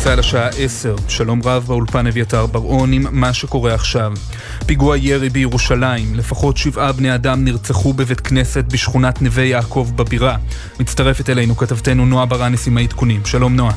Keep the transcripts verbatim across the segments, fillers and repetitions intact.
צה"ל השעה עשר. שלום רב, באולפן אביתר בר-און עם מה שקורה עכשיו. פיגוע ירי בירושלים. לפחות שבעה בני אדם נרצחו בבית כנסת בשכונת נווה יעקב בבירה. מצטרפת אלינו כתבתנו נועה ברנס עם העדכונים. שלום נועה.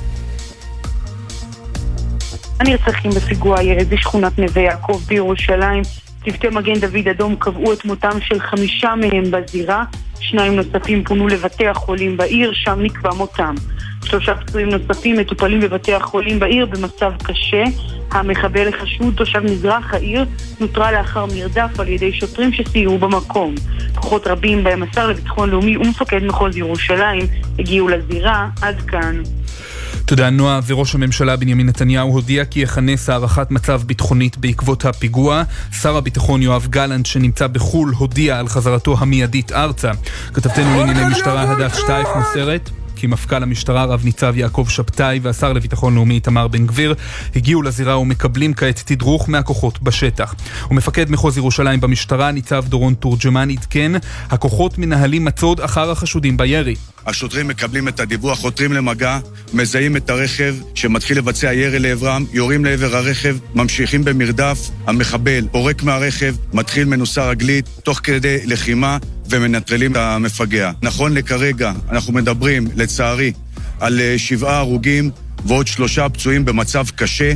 הנרצחים בפיגוע ירי בשכונת נווה יעקב בירושלים. צוותי מגן דוד אדום קבעו את מותם של חמישה מהם בזירה. שניים נוספים פונו לבתי החולים בעיר, שם נקבע מותם. שלושה פצועים נוספים מטופלים בבתי החולים בעיר במצב קשה. המחבל החשוד, תושב מזרח העיר, נוטרל לאחר מרדף על ידי שוטרים שסיירו במקום. כוחות רבים בהם השר לביטחון לאומי ומפקד מחוז ירושלים הגיעו לזירה. עד כאן. תודה נועה. וראש הממשלה בנימין נתניהו הודיע כי יכנס הערכת מצב ביטחונית בעקבות הפיגוע. שר הביטחון יואב גלנט שנמצא בחול הודיע על חזרתו המיידית ארצה. כתבתנו לענייני משטרה הדס שטייף מוסרת כי מפכ"ל המשטרה רב ניצב יעקב שבתאי והשר לביטחון לאומי איתמר בן גביר הגיעו לזירה ומקבלים כעת תדרוך מהכוחות בשטח. ומפקד מחוז ירושלים במשטרה ניצב דורון תורג'מן עדכן, הכוחות מנהלים מצוד אחר החשודים בירי. השוטרים מקבלים את הדיווח, חותרים למגע, מזהים את הרכב שמתחיל לבצע ירי לעברם, יורים לעבר הרכב, ממשיכים במרדף, המחבל פורק מהרכב, מתחיל מנוסה רגלית, תוך כדי לחימה ומנטרלים את המפגע. נכון לכרגע אנחנו מדברים, לצערי, על שבעה הרוגים ועוד שלושה פצועים במצב קשה.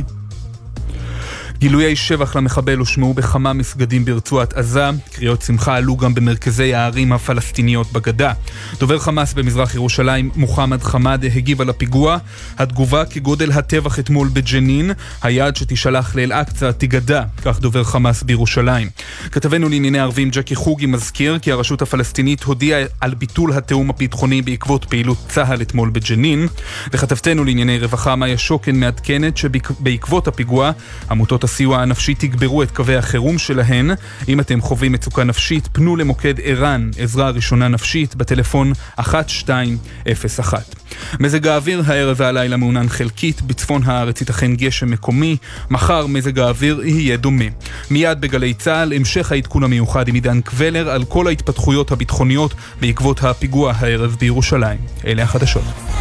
גילויי שבח למחבל הושמעו בכמה מסגדים ברצועת עזה. קריאות שמחה עלו גם במרכזי הערים הפלסטיניות בגדה. דובר חמאס במזרח ירושלים מוחמד חמד הגיב על הפיגוע. התגובה כגודל הטבח אתמול בג'נין, היעד שתשלח לאל-אקצה תיגדע, כך דובר חמאס בירושלים. כתבנו לענייני ערבים ג'קי חוגי מזכיר כי הרשות הפלסטינית הודיעה על ביטול התאום הביטחוני בעקבות פעילות צה"ל אתמול בג'נין. וכתבתנו לענייני רווחה מאיה שוקן מעדכנת שבעקבות הפיגוע עמותות הסיוע הנפשי תגברו את קווי החירום שלהן. אם אתם חווים מצוקה נפשית, פנו למוקד ערן, עזרה ראשונה נפשית, בטלפון אחת שתיים אפס אחת. מזג האוויר הערב והלילה מעונן חלקית, בצפון הארץ ייתכן גשם מקומי, מחר מזג האוויר יהיה דומה. מיד בגלי צה"ל, המשך העדכון המיוחד עם עידן קבלר על כל ההתפתחויות הביטחוניות בעקבות הפיגוע הערב בירושלים. אלה החדשות.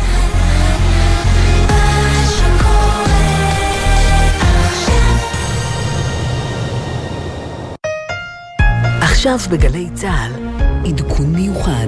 עכשיו בגלי צה"ל, עדכון מיוחד.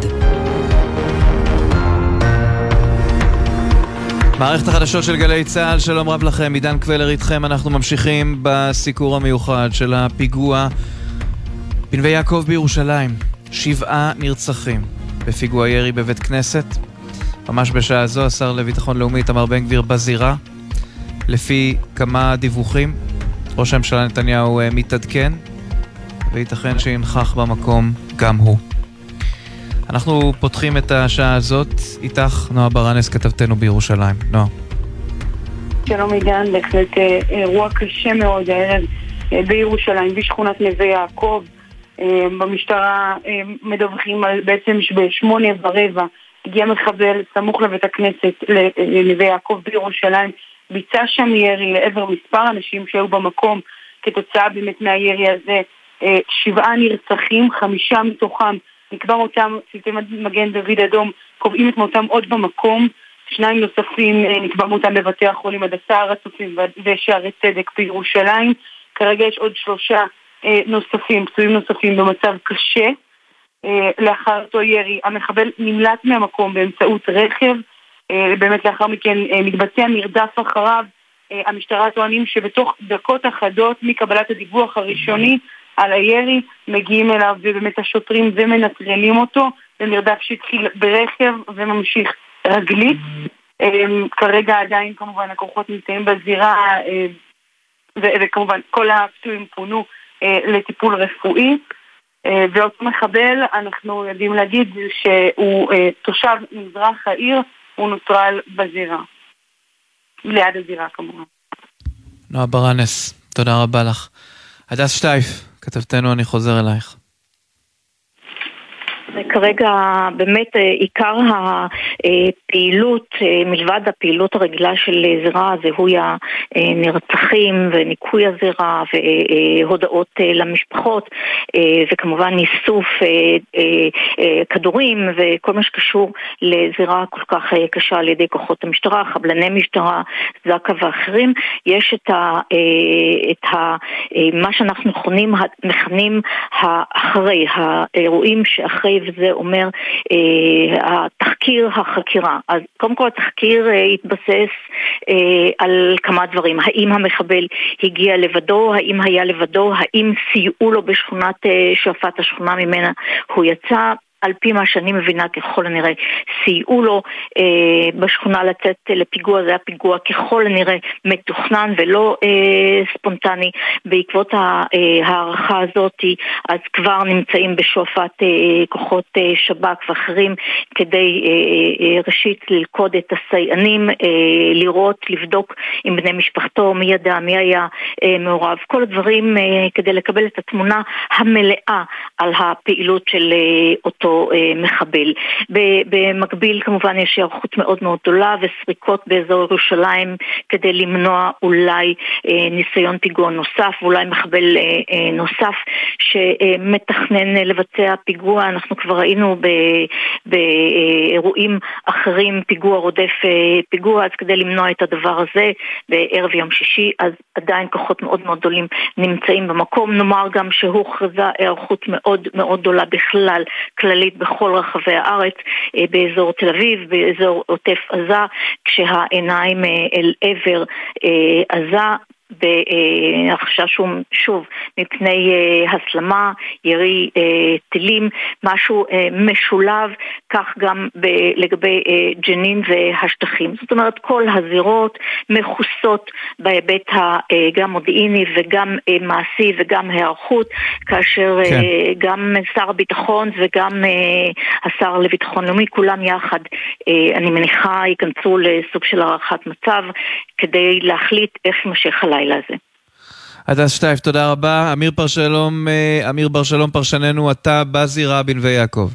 מערכת החדשות של גלי צה"ל, שלום רב לכם, עידן קבלר איתכם. אנחנו ממשיכים בסיקור המיוחד של הפיגוע בנווה יעקב בירושלים. שבעה נרצחים בפיגוע ירי בבית כנסת. ממש בשעה זו השר לביטחון לאומי איתמר בן גביר בזירה. לפי כמה דיווחים, ראש הממשלה נתניהו מתעדכן וייתכן שינכח במקום גם הוא. אנחנו פותחים את השעה הזאת איתך, נועה ברנס, כתבתנו בירושלים. נועה. שלום עידן, בהחלט אירוע קשה מאוד הערב בירושלים, בשכונת נווה יעקב. במשטרה מדווחים על בעצם בשמונה ורבע הגיע מחבל סמוך לבית הכנסת לנווה יעקב בירושלים, ביצע שם ירי לעבר מספר אנשים שהיו במקום. כתוצאה באמת מהירי הזה שבעה נרצחים, חמישה מתוכם נקבע מותם, צוותי מגן דוד אדום קובעים את מותם עוד במקום. שניים נוספים נקבע מותם בבתי החולים הדסה, הר הצופים ושערי צדק בירושלים. כרגע יש עוד שלושה נוספים, פצועים נוספים במצב קשה. לאחר אותו ירי המחבל נמלט מהמקום באמצעות רכב, באמת לאחר מכן מתבצע מרדף אחריו. המשטרה טוענים שבתוך דקות אחדות מקבלת הדיווח הראשוני על הירי מגיעים אליו ובאמת השוטרים ומנטרלים אותו במרדף שהתחיל ברכב וממשיך רגלית. כרגע עדיין כמובן הכוחות נמצאים בזירה וכמובן כל הפצועים פונו לטיפול רפואי. ואותו מחבל אנחנו יודעים להגיד שהוא תושב מזרח העיר, הוא נוטרל בזירה, ליד הזירה כמובן. נועה ברנס, תודה רבה לך. הדס שטייף, כתבתנו, אני חוזר אלייך. כרגע באמת עיקר הפעילות, מלבד הפעילות הרגילה של זירה, זיהוי הנרצחים וניקוי הזירה והודעות למשפחות, וכמובן איסוף כדורים וכל מה שקשור לזירה כל כך קשה על ידי כוחות המשטרה, חבלני משטרה, זק"א ואחרים. יש את, ה, את ה, מה שאנחנו מכנים, מכנים האחרי, האירועים שאחרי, וזה אומר התחקיר, החקירה. אז קודם כל התחקיר התבסס על כמה דברים. האם המחבל הגיע לבדו, האם היה לבדו, האם סייעו לו בשכונת שועפאט, השכונה ממנה הוא יצא. על פי מה שאני מבינה ככל הנראה סייעו לו אה, בשכונה לצאת לפיגוע. זה היה פיגוע ככל הנראה מתוכנן ולא אה, ספונטני. בעקבות הערכה הזאת אז כבר נמצאים בשועפאט אה, כוחות אה, שב"כ ואחרים כדי אה, אה, ראשית ללכוד את הסייענים, אה, לראות, לבדוק עם בני משפחתו מי ידע, מי היה אה, מעורב, כל הדברים אה, כדי לקבל את התמונה המלאה על הפעילות של אה, אותו מחבל. במקביל כמובן יש היערכות מאוד מאוד גדולה וסריקות באזור ירושלים כדי למנוע אולי ניסיון פיגוע נוסף, אולי מחבל נוסף שמתכנן לבצע פיגוע. אנחנו כבר ראינו באירועים אחרים פיגוע רודף פיגוע, אז כדי למנוע את הדבר הזה בערב יום שישי אז עדיין כוחות מאוד מאוד גדולים נמצאים במקום. נאמר גם שהוכרזה היערכות מאוד מאוד גדולה בכלל כללית בכל רחבי הארץ, באזור תל אביב, באזור עוטף עזה, כשהעיניים אל עבר עזה, בחשש שוב מפני הסלמה, ירי טילים, משהו משולב, כך גם לגבי ג'נין והשטחים. זאת אומרת, כל הזירות מכוסות בהיבט גם מודיעיני וגם מעשי וגם הערכות, כאשר כן. גם שר הביטחון וגם השר לביטחון לאומי, כולם יחד, אני מניחה, ייכנסו לסוג של הערכת מצב, כדי להחליט איך משך הלילה הזה. הדס שטייף, תודה רבה. אמיר פרשלום, אמיר ברשלום פרשננו, אתה בזירה בנווה יעקב.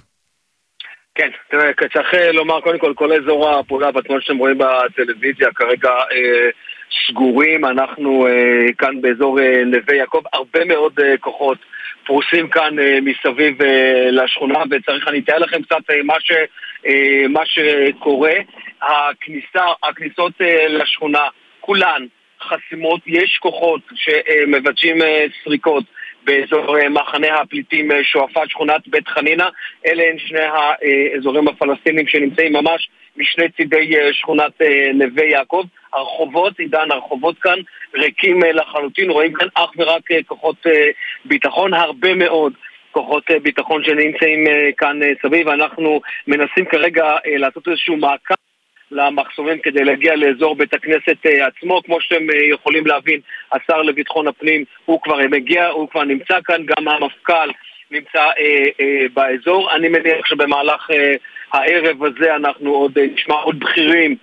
כן, תראה, צריך לומר קודם כל, כל אזור הפעולה בתמונות שאתם רואים בטלוויזיה כרגע אה, סגורים. אנחנו אה, כאן באזור אה, נווה יעקב, הרבה מאוד אה, כוחות פרוסים כאן אה, מסביב אה, לשכונה, וצריך אני אתאר לכם קצת אה, מה, ש, אה, מה שקורה. הכניסה, הכניסות אה, לשכונה, כולן חסימות, יש כוחות שמבצעים סריקות באזור מחנה הפליטים שועפאט, שכונת בית חנינה. אלה הן שני האזורים הפלסטינים שנמצאים ממש משני צידי שכונת נווה יעקב. הרחובות, עידן, הרחובות כאן ריקים לחלוטין, רואים כאן אך ורק כוחות ביטחון, הרבה מאוד כוחות ביטחון שנמצאים כאן סביב. אנחנו מנסים כרגע לעשות איזשהו מעקב למחסומים כדי להגיע לאזור בית הכנסת עצמו. כמו שאתם יכולים להבין, השר לביטחון הפנים הוא כבר מגיע, הוא כבר נמצא כאן, גם המפכ"ל נמצא אה, אה, באזור. אני מניח שבמהלך אה, הערב הזה אנחנו עוד אה, נשמע עוד בכירים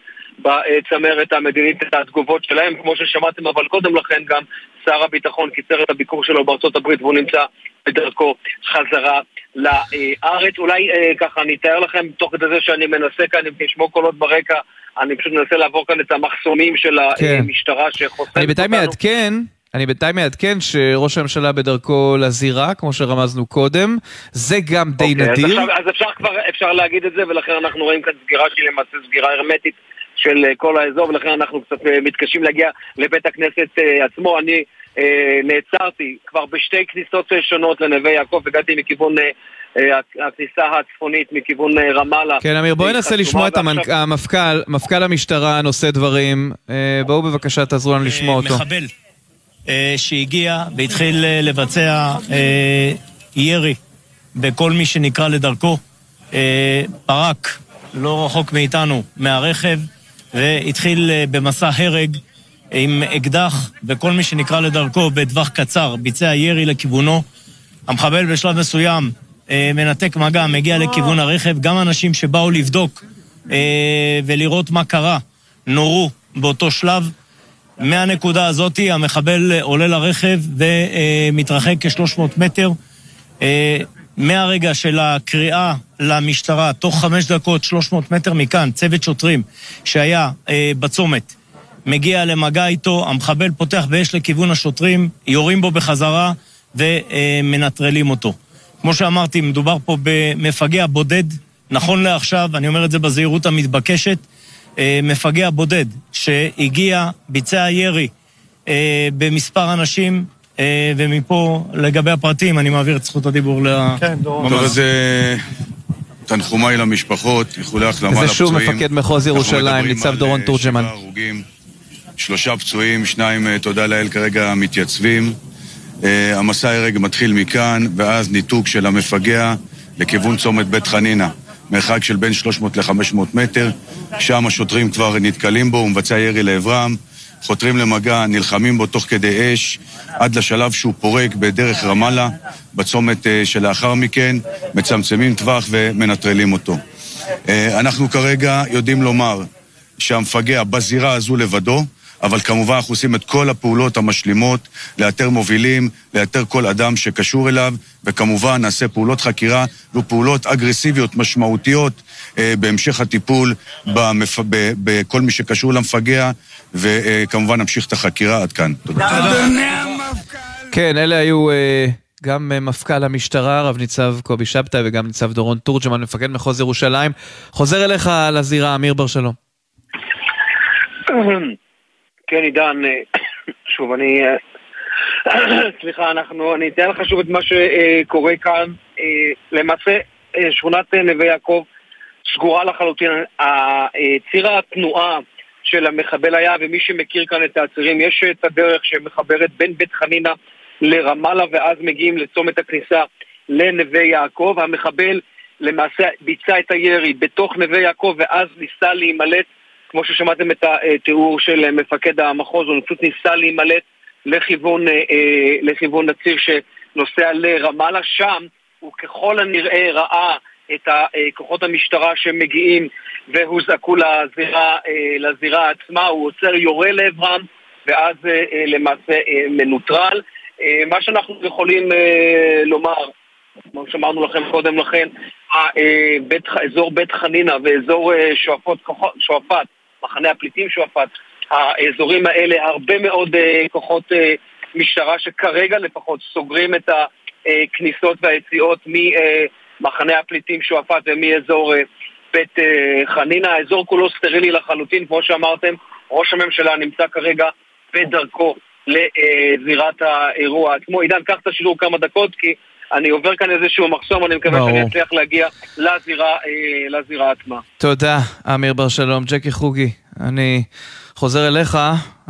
בצמרת המדינית את התגובות שלהם, כמו ששמעתם, אבל קודם לכן גם שר הביטחון קיצר את הביקור שלו בארצות הברית והוא נמצא בדרכו חזרה לארץ. אולי אה, ככה אני אתאר לכם תוך כדי זה שאני מנסה כאן, אם תשמעו קולות ברקע, אני פשוט מנסה לעבור כאן את המחסומים של כן. המשטרה שחוסמת אני בינתיים מעדכן אני בינתיים מעדכן שראש הממשלה בדרכו לזירה, כמו שרמזנו קודם, זה גם די אוקיי, נדיר. אז, עכשיו, אז אפשר כבר אפשר להגיד את זה, ולכן אנחנו רואים כאן סגירה שהיא למעשה סגירה הרמטית של כל האזור, ולכן אנחנו קצת מתקשים להגיע לבית הכנסת עצמו. אני אה, נעצרתי כבר בשתי כניסות שונות לנווה יעקב, הגעתי מכיוון אה, הכניסה הצפונית, מכיוון אה, רמאללה. כן, אמיר, בואי ננסה לשמוע את המנק... המפכ"ל, מפכ"ל המשטרה נושא דברים. אה, בואו בבקשה תעזרו לנו לשמוע אותו. מחבל אה, שהגיע והתחיל אה, לבצע אה, ירי בכל מי שנקרא לדרכו, אה, פרק לא רחוק מאיתנו מהרכב, והתחיל אה, במסע הרג עם אקדח, וכל מי שנקרא לדרכו בטווח קצר ביצע ירי לכיוונו. המחבל בשלב מסוים אה, מנתק מגע, מגיע לכיוון הרכב. גם אנשים שבאו לבדוק אה, ולראות מה קרה נורו באותו שלב. מהנקודה הזאת המחבל עולה לרכב ומתרחק כ-שלוש מאות מטר. אה, מהרגע של הקריאה למשטרה, תוך חמש דקות, שלוש מאות מטר מכאן, צוות שוטרים שהיה אה, בצומת מגיע למגע איתו, המחבל פותח באש לכיוון השוטרים, יורים בו בחזרה, ומנטרלים אותו. כמו שאמרתי, מדובר פה במפגע בודד, נכון לעכשיו, אני אומר את זה בזהירות המתבקשת, מפגע בודד שהגיע, ביצע ירי במספר אנשים, ומפה לגבי הפרטים אני מעביר את זכות הדיבור ל... כן, דורון. טוב, אז תנחומיי למשפחות, איחולי החלמה לפצועים. וזה שוב מפקד מחוז ירושלים, ניצב דורון תורג'מן. שלושה פצועים, שניים, תודה לאל, כרגע מתייצבים. המסע הרג מתחיל מכאן, ואז ניתוק של המפגע לכיוון צומת בית חנינה. מרחק של בין שלוש מאות ל-חמש מאות מטר, שם השוטרים כבר נתקלים בו, הוא מבצע ירי לעברם, חותרים למגע, נלחמים בו תוך כדי אש, עד לשלב שהוא פורק בדרך רמאללה, בצומת שלאחר מכן, מצמצמים טווח ומנטרלים אותו. אנחנו כרגע יודעים לומר שהמפגע בזירה הזו לבדו, אבל כמובן אנחנו עושים את כל הפעולות המשלימות, לאתר מובילים, לאתר כל אדם שקשור אליו, וכמובן נעשה פעולות חקירה ופעולות אגרסיביות משמעותיות אה, בהמשך הטיפול במפ... ב... בכל מי שקשור למפגע, וכמובן נמשיך את החקירה עד כאן. תודה. כן, אלה היו אה, גם מפכ"ל המשטרה, רב ניצב קובי שבתאי, וגם ניצב דורון תורג'מן, מפקד מחוז ירושלים. חוזר אליך לזירה, אמיר בר שלום. כן, עידן, שוב, אני... סליחה, אנחנו... אני אתן לך שוב את מה שקורה כאן. למעשה, שכונת נווה יעקב סגורה לחלוטין. ציר התנועה של המחבל היה, ומי שמכיר כאן את העצירים, יש את הדרך שמחברת בין בית חנינה לרמאללה, ואז מגיעים לצומת הכניסה לנווה יעקב. המחבל למעשה ביצע את הירי בתוך נווה יעקב, ואז ניסה להימלט, כמו ששמעתם את התיאור של מפקד המחוז, הוא פשוט ניסה להימלט לכיוון, לכיוון הציר שנוסע לרמאללה. שם הוא ככל הנראה ראה את כוחות המשטרה שמגיעים והוזעקו לזירה, לזירה עצמה, הוא עוצר, יורה לעברם, ואז למעשה מנוטרל. מה שאנחנו יכולים לומר, כמו שאמרנו לכם קודם לכן, אזור בית חנינה ואזור שועפאט, שועפאט, מחנה הפליטים שועפאט, האזורים האלה הרבה מאוד כוחות משטרה שכרגע לפחות סוגרים את הכניסות והיציאות ממחנה הפליטים שועפאט ומאזור בית חנינה. האזור כולו סטרילי לחלוטין, כמו שאמרתם, ראש הממשלה נמצא כרגע בדרכו לזירת האירוע עצמו. עידן, קח את השידור כמה דקות, כי אני עובר כאן איזשהו מחסום, אני מקווה שאני אצליח להגיע לזירה, לזירה עצמה. תודה, אמיר בר שלום. ג'קי חוגי, אני חוזר אליך,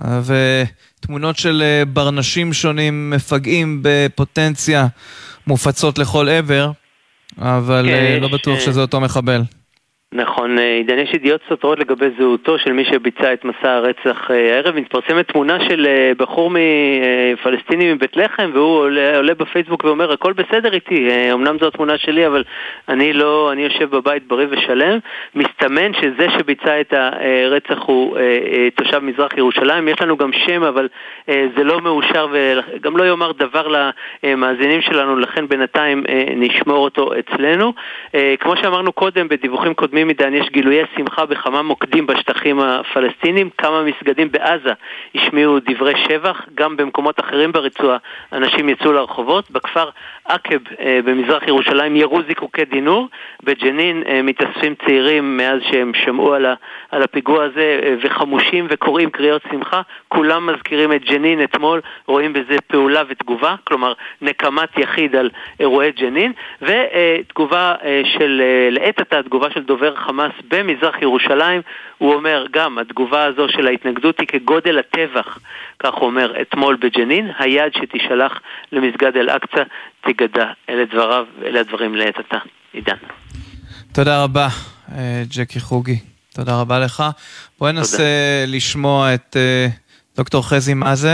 ותמונות של ברנשים שונים מפגעים בפוטנציה מופצות לכל עבר, אבל כן, לא בטוח ש... שזה אותו מחבל. נכון, עידן, יש ידיעות סותרות לגבי זהותו של מי שביצע את מסע הרצח הערב. מתפרסמת תמונה של בחור מפלסטיני מבית לחם, והוא עולה, עולה בפייסבוק ואומר, הכל בסדר איתי, אמנם זו התמונה שלי, אבל אני לא, אני יושב בבית בריא ושלם. מסתמן שזה שביצע את הרצח הוא תושב מזרח ירושלים. יש לנו גם שם, אבל זה לא מאושר וגם לא יאמר דבר למאזינים שלנו, לכן בינתיים נשמור אותו אצלנו. כמו שאמרנו קודם, בדיווחים קודמים מדן, יש גילויי שמחה בכמה מוקדים בשטחים הפלסטינים, כמה מסגדים בעזה השמיעו דברי שבח, גם במקומות אחרים ברצועה אנשים יצאו לרחובות. בכפר עקב במזרח ירושלים ירו זיקוקי דינור, בג'נין מתאספים צעירים מאז שהם שמעו על, ה, על הפיגוע הזה וחמושים וקוראים קריאות שמחה, כולם מזכירים את ג'נין אתמול, רואים בזה פעולה ותגובה, כלומר נקמת יחיד על אירועי ג'נין, ותגובה של, לעת עתה, תגובה של דובר חמאס במזרח ירושלים, הוא אומר גם, התגובה הזו של ההתנגדות היא כגודל הטבח, כך הוא אומר אתמול בג'נין, היד שתשלח למסגד אל-אקצה תגדע. אלה דבריו, אלה הדברים לעת עתה. עידן. תודה רבה, ג'קי חוגי. תודה רבה לך. בואי ננסה לשמוע את דוקטור חזי מאזה.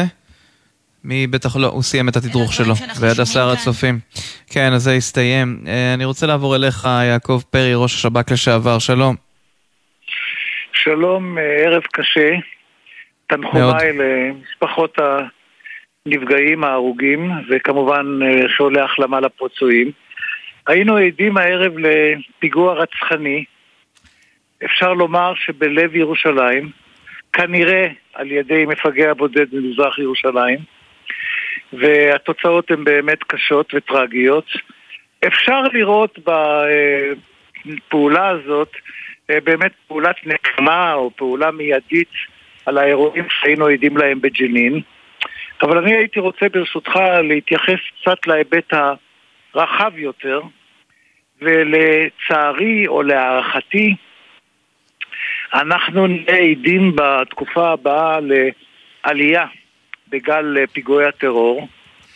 מי בטח לא, הוא סיים את התדרוך שלו, ועד עשר הצופים. כן, אז זה הסתיים. אני רוצה לעבור אליך, יעקב פרי, ראש השב"כ לשעבר. שלום. שלום, ערב קשה. תנחומיי למשפחות הנפגעים, ההרוגים, וכמובן שולח החלמה לפצועים. היינו עדים הערב לפיגוע רצחני, אפשר לומר שבלב ירושלים, כנראה על ידי מפגע בודד במזרח ירושלים, והתוצאות הן באמת קשות וטרגיות. אפשר לראות בפעולה הזאת באמת פעולת נקמה או פעולה מיידית על האירועים שהיינו עדים להם בג'נין, אבל אני הייתי רוצה ברשותך להתייחס קצת להיבט הרחב יותר, ולצערי או להערכתי אנחנו נהיה עדים בתקופה הבאה לעלייה בגל פיגועי הטרור.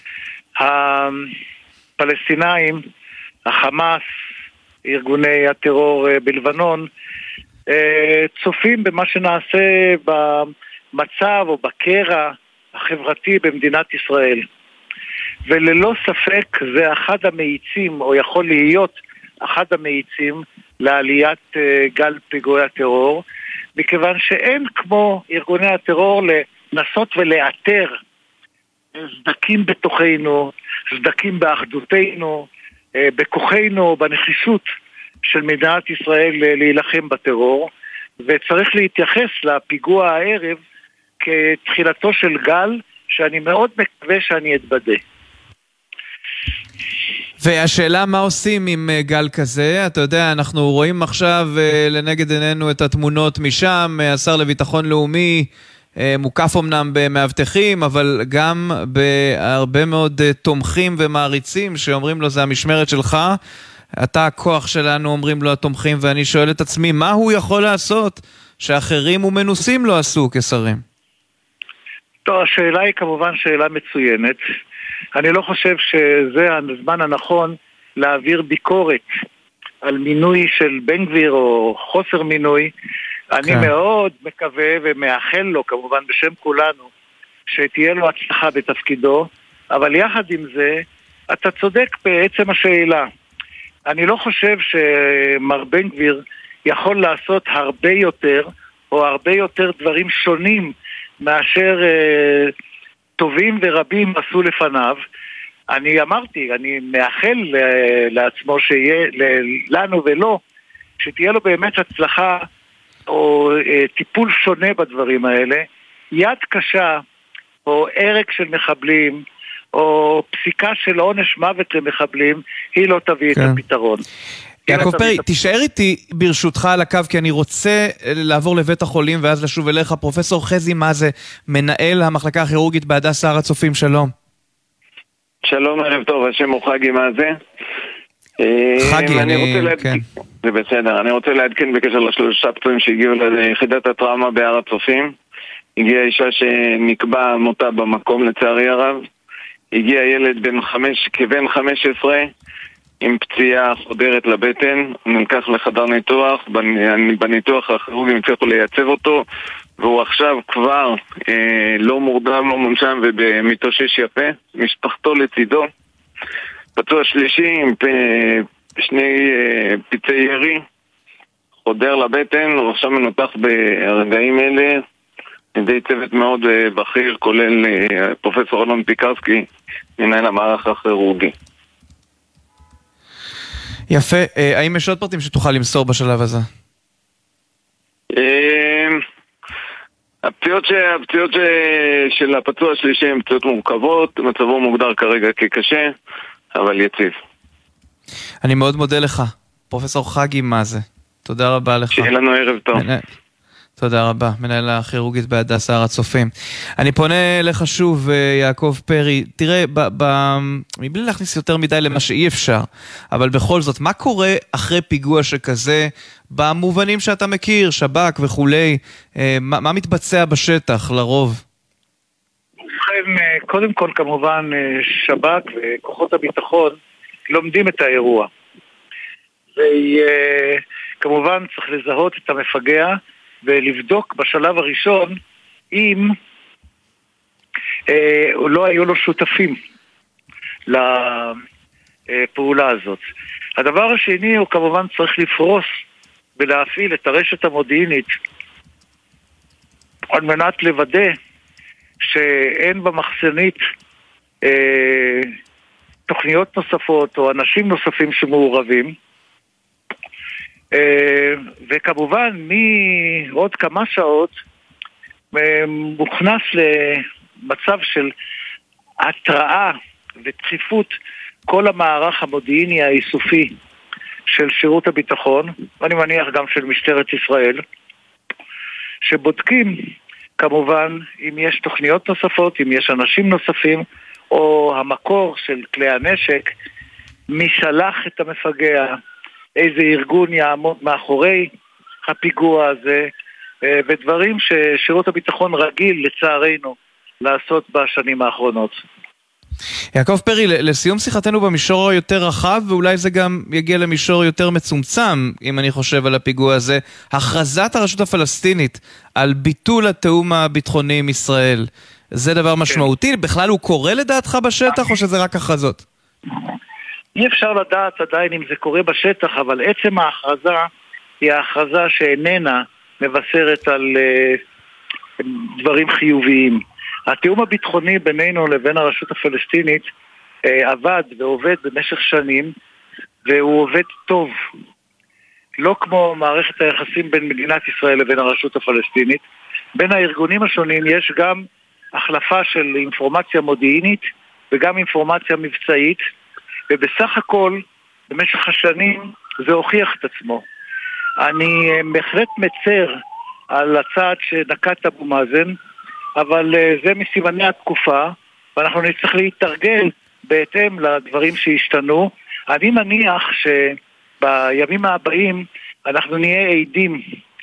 הפלסטינאים, החמאס, ארגוני הטרור בלבנון, צופים במה שנעשה במצב או בקרע החברתי במדינת ישראל. וללא ספק זה אחד המאיצים, או יכול להיות אחד המאיצים לעליית גל פיגועי הטרור, מכיוון שאין כמו ארגוני הטרור לנסות ולאתר סדקים בתוכנו, סדקים באחדותנו, בכוחנו, בנחישות של מדינת ישראל להילחם בטרור, וצריך להתייחס לפיגוע הערב כתחילתו של גל שאני מאוד מקווה שאני אתבדה. והשאלה מה עושים עם גל כזה? אתה יודע, אנחנו רואים עכשיו לנגד עינינו את התמונות משם, השר לביטחון לאומי מוקף אמנם במאבטחים, אבל גם בהרבה מאוד תומכים ומעריצים שאומרים לו זה המשמרת שלך, אתה הכוח שלנו, אומרים לו התומכים, ואני שואל את עצמי, מה הוא יכול לעשות שאחרים ומנוסים לא עשו כשרים? טוב, השאלה היא כמובן שאלה מצוינת. אני לא חושב שזה הזמן הנכון להעביר ביקורת על מינוי של בן גביר או חוסר מינוי. אני כן. מאוד מקווה ומאחל לו כמובן בשם כולנו שתהיה לו הצלחה בתפקידו, אבל יחד עם זה אתה צודק בעצם השאלה. אני לא חושב שמר בן גביר יכול לעשות הרבה יותר או הרבה יותר דברים שונים מאשר אה, טובים ורבים עשו לפניו. אני אמרתי, אני מאחל אה, לעצמו שיהיה לנו ולא, שתהיה לו באמת הצלחה או אה, טיפול שונה בדברים האלה. יד קשה או ערק של מחבלים או פסיקה של עונש מוות למחבלים היא לא תביא כן. את הפתרון. יעקב פרי, תישאר איתי ברשותך על הקו, כי אני רוצה לעבור לבית החולים ואז לשוב אליך. פרופסור חזי מאזה, מנהל המחלקה הכירורגית בהדסה הר הצופים, שלום. שלום, ערב טוב, השם הוא חגי מאזה. חגי, אני... כן. זה בסדר, אני רוצה לעדכן בקשר לשלושה פצועים שהגיעו ליחידת הטראומה בהר הצופים. הגיעה אישה שנקבע מותה במקום לצערי הרב. הגיע ילד בן חמש, כבן חמש עשרה, עם פציעה חודרת לבטן, הוא נלקח לחדר ניתוח, בניתוח הכירורגים הצליחו לייצב אותו, והוא עכשיו כבר אה, לא מורדם, לא מונשם ומתאושש יפה, משפחתו לצידו. פצוע שלישי עם פ... שני אה, פצעי ירי, חודר לבטן, הוא עכשיו מנותח ברגעים אלה, ידי צוות מאוד אה, בכיר, כולל אה, פרופסור אלון פיקרסקי, מנהל המערך הכירורגי. יפה, האם יש עוד פרטים שתוכל למסור בשלב הזה? הפציעות הפציעות של הפצוע השלישי הן פציעות מורכבות, מצבו מוגדר כרגע כקשה, אבל יציב. אני מאוד מודה לך, פרופסור חגי מאזה. תודה רבה לך. שיהיה לנו ערב טוב. תודה רבה, מנהל הכירורגית בהדסה הר הצופים. אני פונה לך שוב, יעקב פרי. תראה, ב- ב- מבלי להכניס יותר מדי למה שאי אפשר, אבל בכל זאת, מה קורה אחרי פיגוע שכזה, במובנים שאתה מכיר, שב"כ וכולי, מה, מה מתבצע בשטח לרוב? קודם כל, כמובן, שב"כ וכוחות הביטחון לומדים את האירוע. וכמובן צריך לזהות את המפגע, ולבדוק בשלב הראשון אם אה, לא היו לו שותפים לפעולה הזאת. הדבר השני הוא כמובן צריך לפרוס ולהפעיל את הרשת המודיעינית על מנת לוודא שאין במחסנית אה, תוכניות נוספות או אנשים נוספים שמעורבים. וכמובן מעוד כמה שעות מוכנס למצב של התראה ודחיפות כל המערך המודיעיני האיסופי של שירות הביטחון, ואני מניח גם של משטרת ישראל, שבודקים כמובן אם יש תוכניות נוספות, אם יש אנשים נוספים, או המקור של כלי הנשק, מי שלח את המפגע, איזה ארגון יעמוד מאחורי הפיגוע הזה, ודברים ששירות הביטחון רגיל לצערנו לעשות בשנים האחרונות. יעקב פרי, לסיום שיחתנו במישור היותר רחב, ואולי זה גם יגיע למישור יותר מצומצם, אם אני חושב על הפיגוע הזה, הכרזת הרשות הפלסטינית על ביטול התאום הביטחוני עם ישראל, זה דבר משמעותי? בכלל הוא קורה לדעתך בשטח, או שזה רק הכרזות? אי אפשר לדעת עדיין אם זה קורה בשטח, אבל עצם ההכרזה היא ההכרזה שאיננה מבשרת על uh, דברים חיוביים. התיאום הביטחוני בינינו לבין הרשות הפלסטינית uh, עבד ועובד במשך שנים, והוא עובד טוב. לא כמו מערכת היחסים בין מדינת ישראל לבין הרשות הפלסטינית. בין הארגונים השונים יש גם החלפה של אינפורמציה מודיעינית וגם אינפורמציה מבצעית, ובסך הכל במשך השנים זה הוכיח את עצמו. אני בהחלט מצר על הצעד שנקט אבו מאזן, אבל זה מסימני התקופה, ואנחנו נצטרך להתארגן בהתאם לדברים שהשתנו. אני מניח שבימים הבאים אנחנו נהיה עדים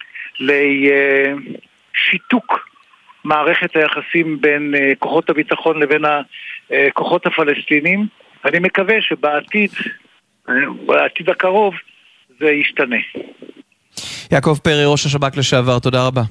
לשיתוק מערכת היחסים בין כוחות הביטחון לבין הכוחות הפלסטינים. אני מקווה שבעתיד, בעתיד הקרוב, זה ישתנה. יעקב פרי, ראש השב"כ לשעבר, תודה רבה.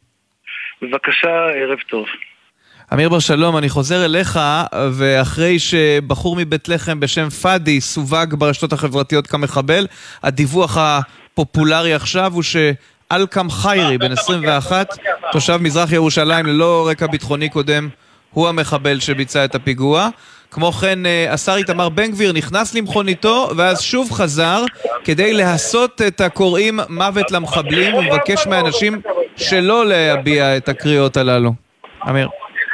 בבקשה, ערב טוב. אמיר בר שלום, אני חוזר אליך, ואחרי שבחור מבית לחם בשם פאדי סווג ברשתות החברתיות כמחבל, הדיווח הפופולרי עכשיו הוא שאלקם חיירי, בן עשרים ואחת, תושב מזרח ירושלים ללא רקע ביטחוני קודם, הוא המחבל שביצע את הפיגוע. כמו כן, השר איתמר בן גביר נכנס למכוניתו, ואז שוב חזר כדי להסות את הקוראים מוות למחבלים, ומבקש מהאנשים שלא להביע את הקריאות הללו. אמיר.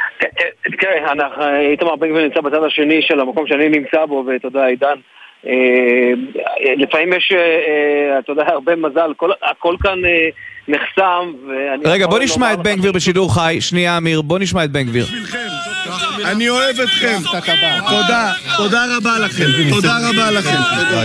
כן, איתמר בן גביר נמצא בצד השני של המקום שאני נמצא בו, ותודה עידן. לפעמים יש, אתה יודע, הרבה מזל, הכל כאן נחסם. רגע, בוא נשמע את בן גביר בשידור חי. שנייה, אמיר, בוא נשמע את בן גביר. אני אוהב אתכם. תודה, תודה רבה לכם. תודה רבה לכם.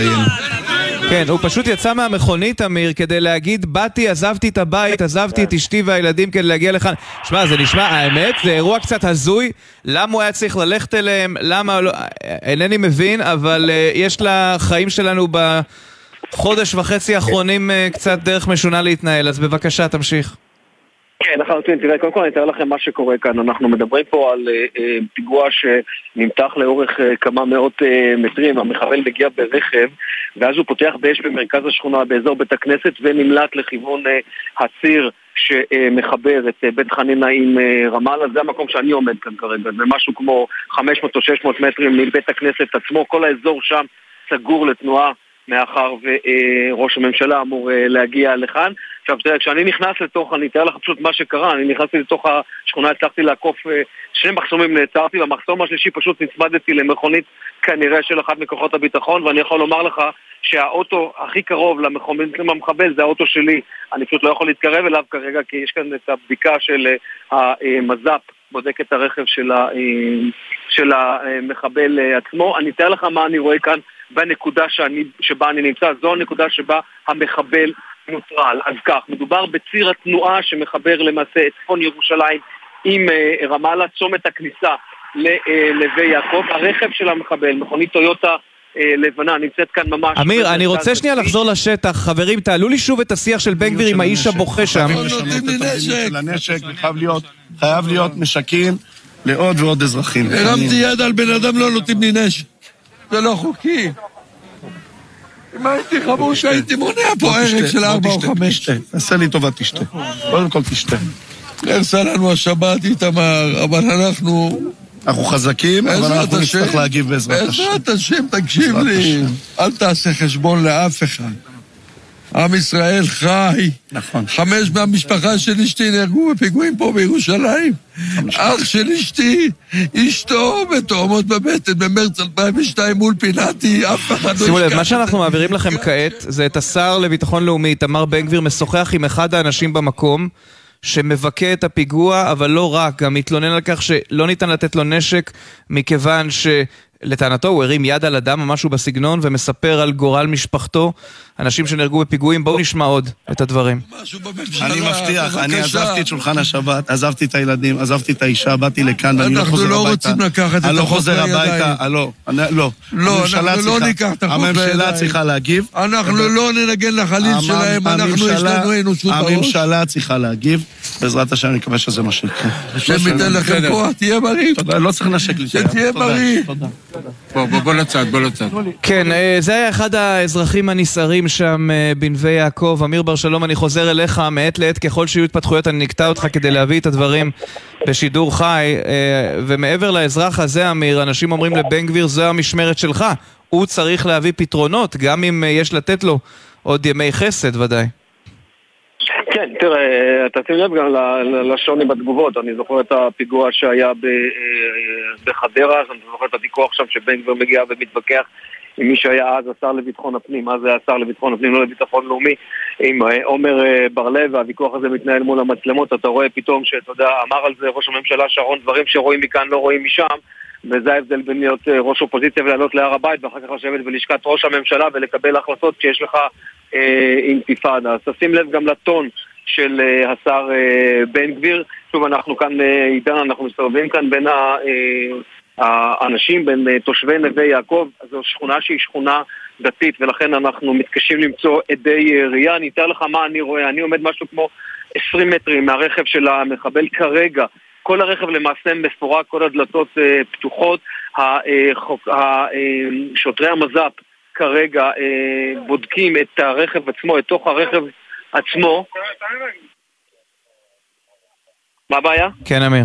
כן, הוא פשוט יצא מהמכונית, אמיר, כדי להגיד, באתי, עזבתי את הבית, עזבתי את אשתי והילדים כדי להגיע לכאן. שמע, זה נשמע, האמת, זה אירוע קצת הזוי. למה הוא היה צריך ללכת אליהם? למה לא? אינני מבין, אבל uh, יש לחיים שלנו בחודש וחצי האחרונים uh, קצת דרך משונה להתנהל, אז בבקשה, תמשיך. כן, לחלוטין, תראה, קודם כל אני אתאר לכם מה שקורה כאן. אנחנו מדברים פה על uh, פיגוע שנמתח לאורך uh, כמה מאות uh, מטרים. המחבל מגיע ברכב, ואז הוא פותח באש במרכז השכונה באזור בית הכנסת, ונמלט לכיוון uh, הציר שמחבר את uh, בית חנינה עם uh, רמאללה. זה המקום שאני עומד כאן כרגע. זה משהו כמו חמש מאות או שש מאות מטרים מבית הכנסת עצמו. כל האזור שם סגור לתנועה, מאחר וראש הממשלה אמור להגיע לכאן. עכשיו, כשאני נכנס לתוך, אני אתאר לך פשוט מה שקרה, אני נכנסתי לתוך השכונה, הצלחתי לעקוף שני מחסומים, נעצרתי, והמחסום השלישי פשוט נצמדתי למכונית כנראה של אחד מכוחות הביטחון, ואני יכול לומר לך שהאוטו הכי קרוב למכונית המחבל זה האוטו שלי. אני פשוט לא יכול להתקרב אליו כרגע, כי יש כאן את הבדיקה של המז"פ, בודק את הרכב של, ה, של המחבל עצמו. אני אתאר לך מה אני רואה כאן בנקודה שאני, שבה אני נמצא. זו הנקודה שבה המחבל נוטרל. אז כך, מדובר בציר התנועה שמחבר למעשה את צפון ירושלים עם uh, רמאללה, צומת הכניסה לנווה יעקב. הרכב של המחבל, מכונית טויוטה uh, לבנה, נמצאת כאן ממש... אמיר, אני רוצה שנייה לחזור לשטח. חברים, תעלו לי שוב את השיח של בן גביר עם האיש הבוכה שם. חייב להיות משקים לעוד ועוד אזרחים. הרמתי יד על בן אדם, לא נותנים לי נשק. זה לא חוקי. אם הייתי חמור שהייתי מונע פה ערב של ארבע או חמש. עשה לי טובה, תשתה. קודם כל תשתה. נרסה לנו השבת איתמר, אבל אנחנו... אנחנו חזקים, אבל אנחנו נצטרך להגיב בעזרת השם. בעזרת השם, תקשיב לי. אל תעשה חשבון לאף אחד. עם ישראל חי. נכון. חמש מהמשפחה של אשתי נהרגו בפיגועים פה בירושלים. אח של אשתי, אשתו בתאומות בבטן במרץ אלפיים ושתיים מול פינתי, אף אחד לא... שימו לב, מה שאנחנו מעבירים לכם כעת זה את השר לביטחון לאומי, תמר בן גביר, משוחח עם אחד האנשים במקום שמבקה את הפיגוע, אבל לא רק, גם מתלונן על כך שלא ניתן לתת לו נשק מכיוון ש... לטענתו הוא הרים יד על אדם או משהו בסגנון ומספר על גורל משפחתו, אנשים שנהרגו בפיגועים. בואו נשמע עוד את הדברים. אני מבטיח, אני עזבתי את שולחן השבת, עזבתי את הילדים, עזבתי את האישה, באתי לכאן ואני לא חוזר הביתה. אנחנו לא רוצים לקחת את אני לא החוק חוזר הביתה, לא, לא. לא, אנחנו לא ניקח את החוק לידיים. הממשלה צריכה להגיב. אנחנו לא ננגן לחליל שלהם, אנחנו יש לנו אנושות בראש. הממשלה צריכה להגיב, בעזרת השם אני מקווה שזה מה שיקרה. השם ייתן לכם כוח, תהיה בריא. לא צריך לנשק לי. תהיה בריא. בוא, בוא, בוא לצד, בוא לצד. כן, זה היה אחד האזרחים הנסערים שם בנווה יעקב. אמיר בר שלום, אני חוזר אליך מעת לעת, ככל שיהיו התפתחויות אני נקטע אותך כדי להביא את הדברים בשידור חי. ומעבר לאזרח הזה, אמיר, אנשים אומרים לבן גביר, זו המשמרת שלך, הוא צריך להביא פתרונות, גם אם יש לתת לו עוד ימי חסד ודאי. כן, תראה, אתה שים לב גם לשוני בתגובות. אני זוכר את הפיגוע שהיה בחדרה, אני זוכר את הוויכוח עכשיו שבן גביר מגיע ומתווכח עם מי שהיה אז השר לביטחון הפנים, אז היה השר לביטחון הפנים, לא לביטחון לאומי, עם עומר בר-לב, והוויכוח הזה מתנהל מול המצלמות. אתה רואה פתאום שאתה יודע, אמר על זה ראש הממשלה שרון, דברים שרואים מכאן לא רואים משם, וזה ההבדל בין להיות ראש אופוזיציה ולעלות להר הבית ואחר כך לשבת בלשכת ראש הממשלה ולקבל החלטות כשיש לך אה, אינתיפאדה. אז תשים לב גם לטון של אה, השר אה, בן גביר. שוב, אנחנו כאן אה, איתן, אנחנו מסתובבים כאן בין ה, אה, האנשים, בין אה, תושבי נווה יעקב. זו שכונה שהיא שכונה דתית ולכן אנחנו מתקשים למצוא עדי אה, ראייה. אני אתאר לך מה אני רואה. אני עומד משהו כמו עשרים מטרים מהרכב של המחבל כרגע. כל הרכב למעשה מפורק, כל הדלתות אה, פתוחות. שוטרי המז"פ כרגע אה, בודקים את הרכב עצמו, את תוך הרכב עצמו. מה הבעיה? כן, אמיר.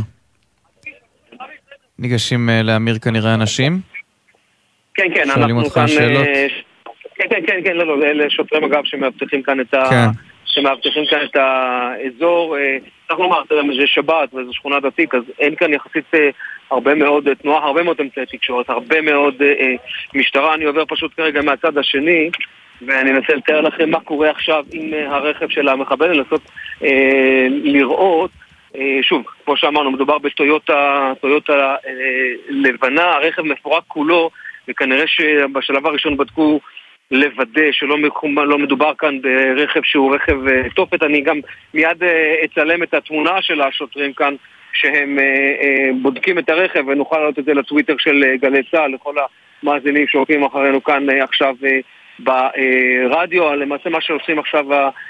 ניגשים אה, לאמיר כנראה אנשים. כן, כן, אנחנו כאן... אה, כן, כן, כן, כן, לא, לא, אלה שוטרי מג"ב שמאבטחים כאן את ה... כן. שמאבטחים כאן את האזור. צריך לומר, זה שבת וזו שכונה דתית, אז אין כאן יחסית הרבה מאוד תנועה, הרבה מאוד אמצעי תקשורת, הרבה מאוד משטרה. אני עובר פשוט כרגע מהצד השני, ואני אנסה לתאר לכם מה קורה עכשיו עם הרכב של המחבל, לנסות לראות. שוב, כמו שאמרנו, מדובר בטויוטה, טויוטה לבנה, הרכב מפורק כולו, וכנראה שבשלב הראשון בדקו לוודא שלא לא מדובר כאן ברכב שהוא רכב תופת. אני גם מיד אצלם את התמונה של השוטרים כאן שהם בודקים את הרכב, ונוכל לראות את זה לטוויטר של גלי צה"ל לכל המאזינים שעוקבים אחרינו כאן עכשיו ברדיו. למעשה מה שעושים עכשיו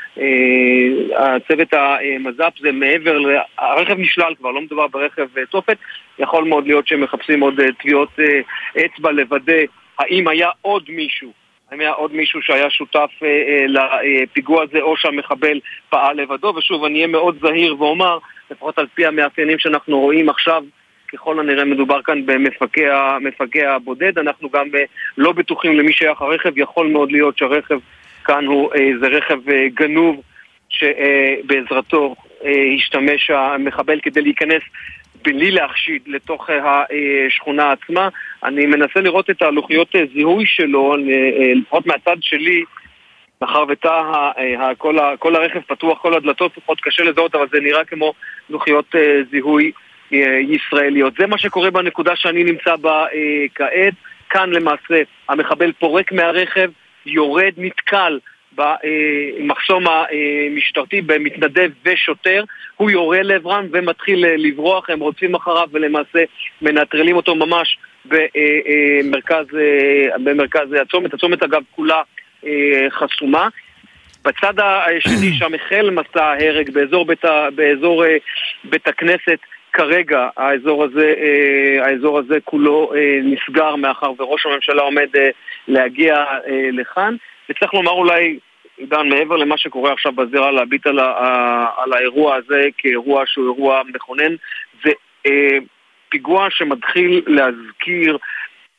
הצוות המז"פ זה מעבר, הרכב נשלל כבר, לא מדובר ברכב תופת. יכול מאוד להיות שהם מחפשים עוד טביעות אצבע לוודא האם היה עוד מישהו האם היה עוד מישהו שהיה שותף אה, לפיגוע הזה, או שהמחבל פעל לבדו. ושוב, אני אהיה מאוד זהיר ואומר, לפחות על פי המאפיינים שאנחנו רואים עכשיו, ככל הנראה מדובר כאן במפגע בודד. אנחנו גם אה, לא בטוחים למי שייך הרכב. יכול מאוד להיות שהרכב כאן הוא אה, זה רכב אה, גנוב, שבעזרתו אה, השתמש המחבל כדי להיכנס בלי להחשיד לתוך השכונה עצמה. אני מנסה לראות את הלוחיות זיהוי שלו, לפחות מהצד שלי, מאחר ותא כל, כל הרכב פתוח, כל הדלתות פחות קשה לזהות, אבל זה נראה כמו לוחיות זיהוי ישראליות. זה מה שקורה בנקודה שאני נמצא בה כעת. כאן למעשה המחבל פורק מהרכב, יורד, נתקל במחסום המשטרתי במתנדב ושוטר, הוא יורה לעברם ומתחיל לברוח. הם רוצים אחריו ולמעשה מנטרלים אותו ממש במרכז, במרכז הצומת. הצומת אגב כולה חסומה. בצד השני שם החל מסע הרג באזור בית, באזור בית הכנסת. כרגע האזור הזה, האזור הזה כולו נסגר מאחר וראש הממשלה עומד להגיע לכאן. וצריך לומר אולי, עידן, מעבר למה שקורה עכשיו בזירה, להביט על, ה- על האירוע הזה כאירוע שהוא אירוע מכונן. זה אה, פיגוע שמתחיל להזכיר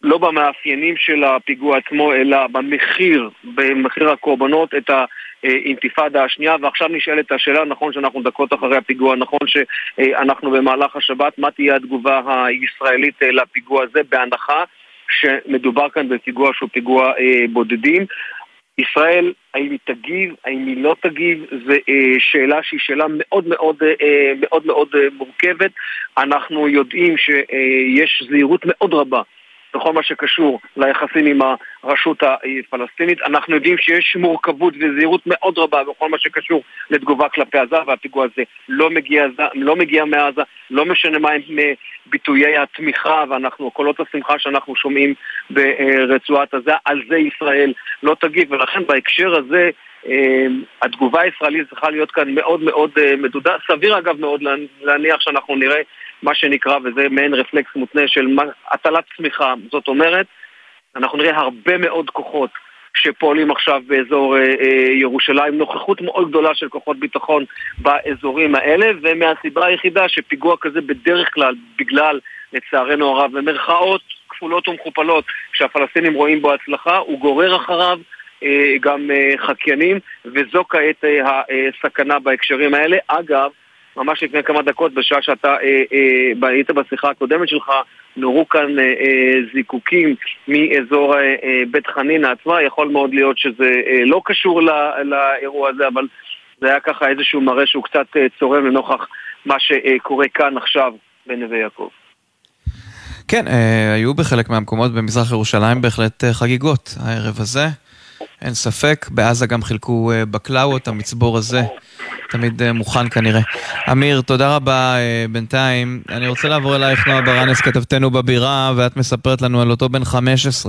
לא במאפיינים של הפיגוע עצמו, אלא במחיר, במחיר הקורבנות, את האינתיפאדה השנייה. ועכשיו נשאלת השאלה, נכון שאנחנו דקות אחרי הפיגוע, נכון שאנחנו במהלך השבת, מה תהיה התגובה הישראלית לפיגוע הזה, בהנחה שמדובר כאן בפיגוע שהוא פיגוע בודדים. ישראל, האם היא תגיב, האם היא לא תגיב, זו שאלה שהיא שאלה מאוד מאוד מאוד מאוד מורכבת. אנחנו יודעים שיש זהירות מאוד רבה בכל מה שקשור ליחסים עם הרשות הפלסטינית. אנחנו יודעים שיש מורכבות וזהירות מאוד רבה בכל מה שקשור לתגובה כלפי עזה, והפיגוע הזה לא מגיע, לא מגיע מעזה, לא משנה מה הם ביטויי התמיכה ואנחנו, קולות השמחה שאנחנו שומעים ברצועת עזה, על זה ישראל לא תגיב, ולכן בהקשר הזה התגובה הישראלית צריכה להיות כאן מאוד מאוד מדודה. סביר אגב מאוד להניח שאנחנו נראה מה שנקרא, וזה מעין רפלקס מותנה של הטלת צמיחה. זאת אומרת, אנחנו נראה הרבה מאוד כוחות שפועלים עכשיו באזור ירושלים, נוכחות מאוד גדולה של כוחות ביטחון באזורים האלה, ומהסיבה היחידה שפיגוע כזה בדרך כלל, בגלל לצערנו הרב, במרכאות כפולות ומכופלות, כשהפלסטינים רואים בו הצלחה, הוא גורר אחריו גם חקיינים, וזו כעת הסכנה בהקשרים האלה. אגב, ממש לפני כמה דקות, בשעה שאתה היית בשיחה הקודמת שלך, נורו כאן זיקוקים מאזור בית חנין עצמה. יכול מאוד להיות שזה לא קשור לאירוע הזה, אבל זה היה ככה איזשהו מראה שהוא קצת צורם לנוכח מה שקורה כאן עכשיו בנווה יעקב. כן, היו בחלק מהמקומות במזרח ירושלים בהחלט חגיגות הערב הזה, אין ספק. בעזה גם חילקו בקלאות, המצבור הזה תמיד מוכן כנראה. אמיר, תודה רבה בינתיים. אני רוצה לעבור אלייך, נועה ברנס, כתבתנו בבירה, ואת מספרת לנו על אותו בן חמש עשרה.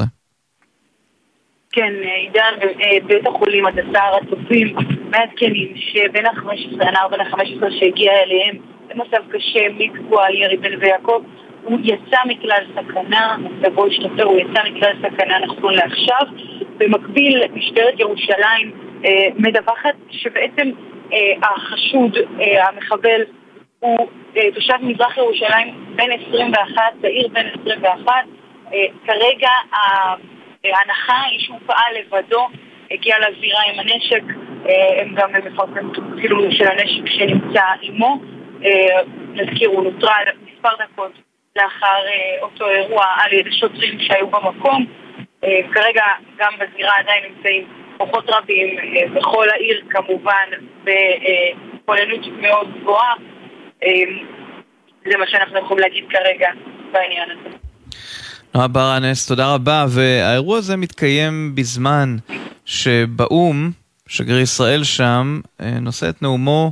כן, עידן, בבית החולים הדסה הר הצופים מעדכנים שבן ה-חמש עשרה, הנער בן ה-חמש עשרה שהגיע אליהם במצב קשה מפיגוע ירי בנווה יעקב, הוא יצא מכלל סכנה, מצבו השתפר, הוא יצא מכלל סכנה נכון לעכשיו. במקביל, משטרת ירושלים אה, מדווחת שבעצם אה, החשוד, אה, המחבל, הוא אה, תושב מזרח ירושלים בן עשרים ואחת, צעיר בן עשרים ואחת. אה, כרגע ההנחה היא שהוא פעל לבדו, הגיע לזירה עם הנשק, אה, הם גם מפרסמים צילום של הנשק שנמצא עמו. אה, נזכיר, הוא נוטרל מספר דקות לאחר אה, אותו אירוע על ידי שוטרים שהיו במקום. אה, כרגע גם בזירה עדיין נמצאים כוחות רבים אה, בכל העיר, כמובן בכוננות מאוד גבוהה. אה, זה מה שאנחנו יכולים להגיד כרגע בעניין הזה. נועה ברנס, תודה רבה. והאירוע הזה מתקיים בזמן שבאום, שגריר ישראל שם, נושא את נאומו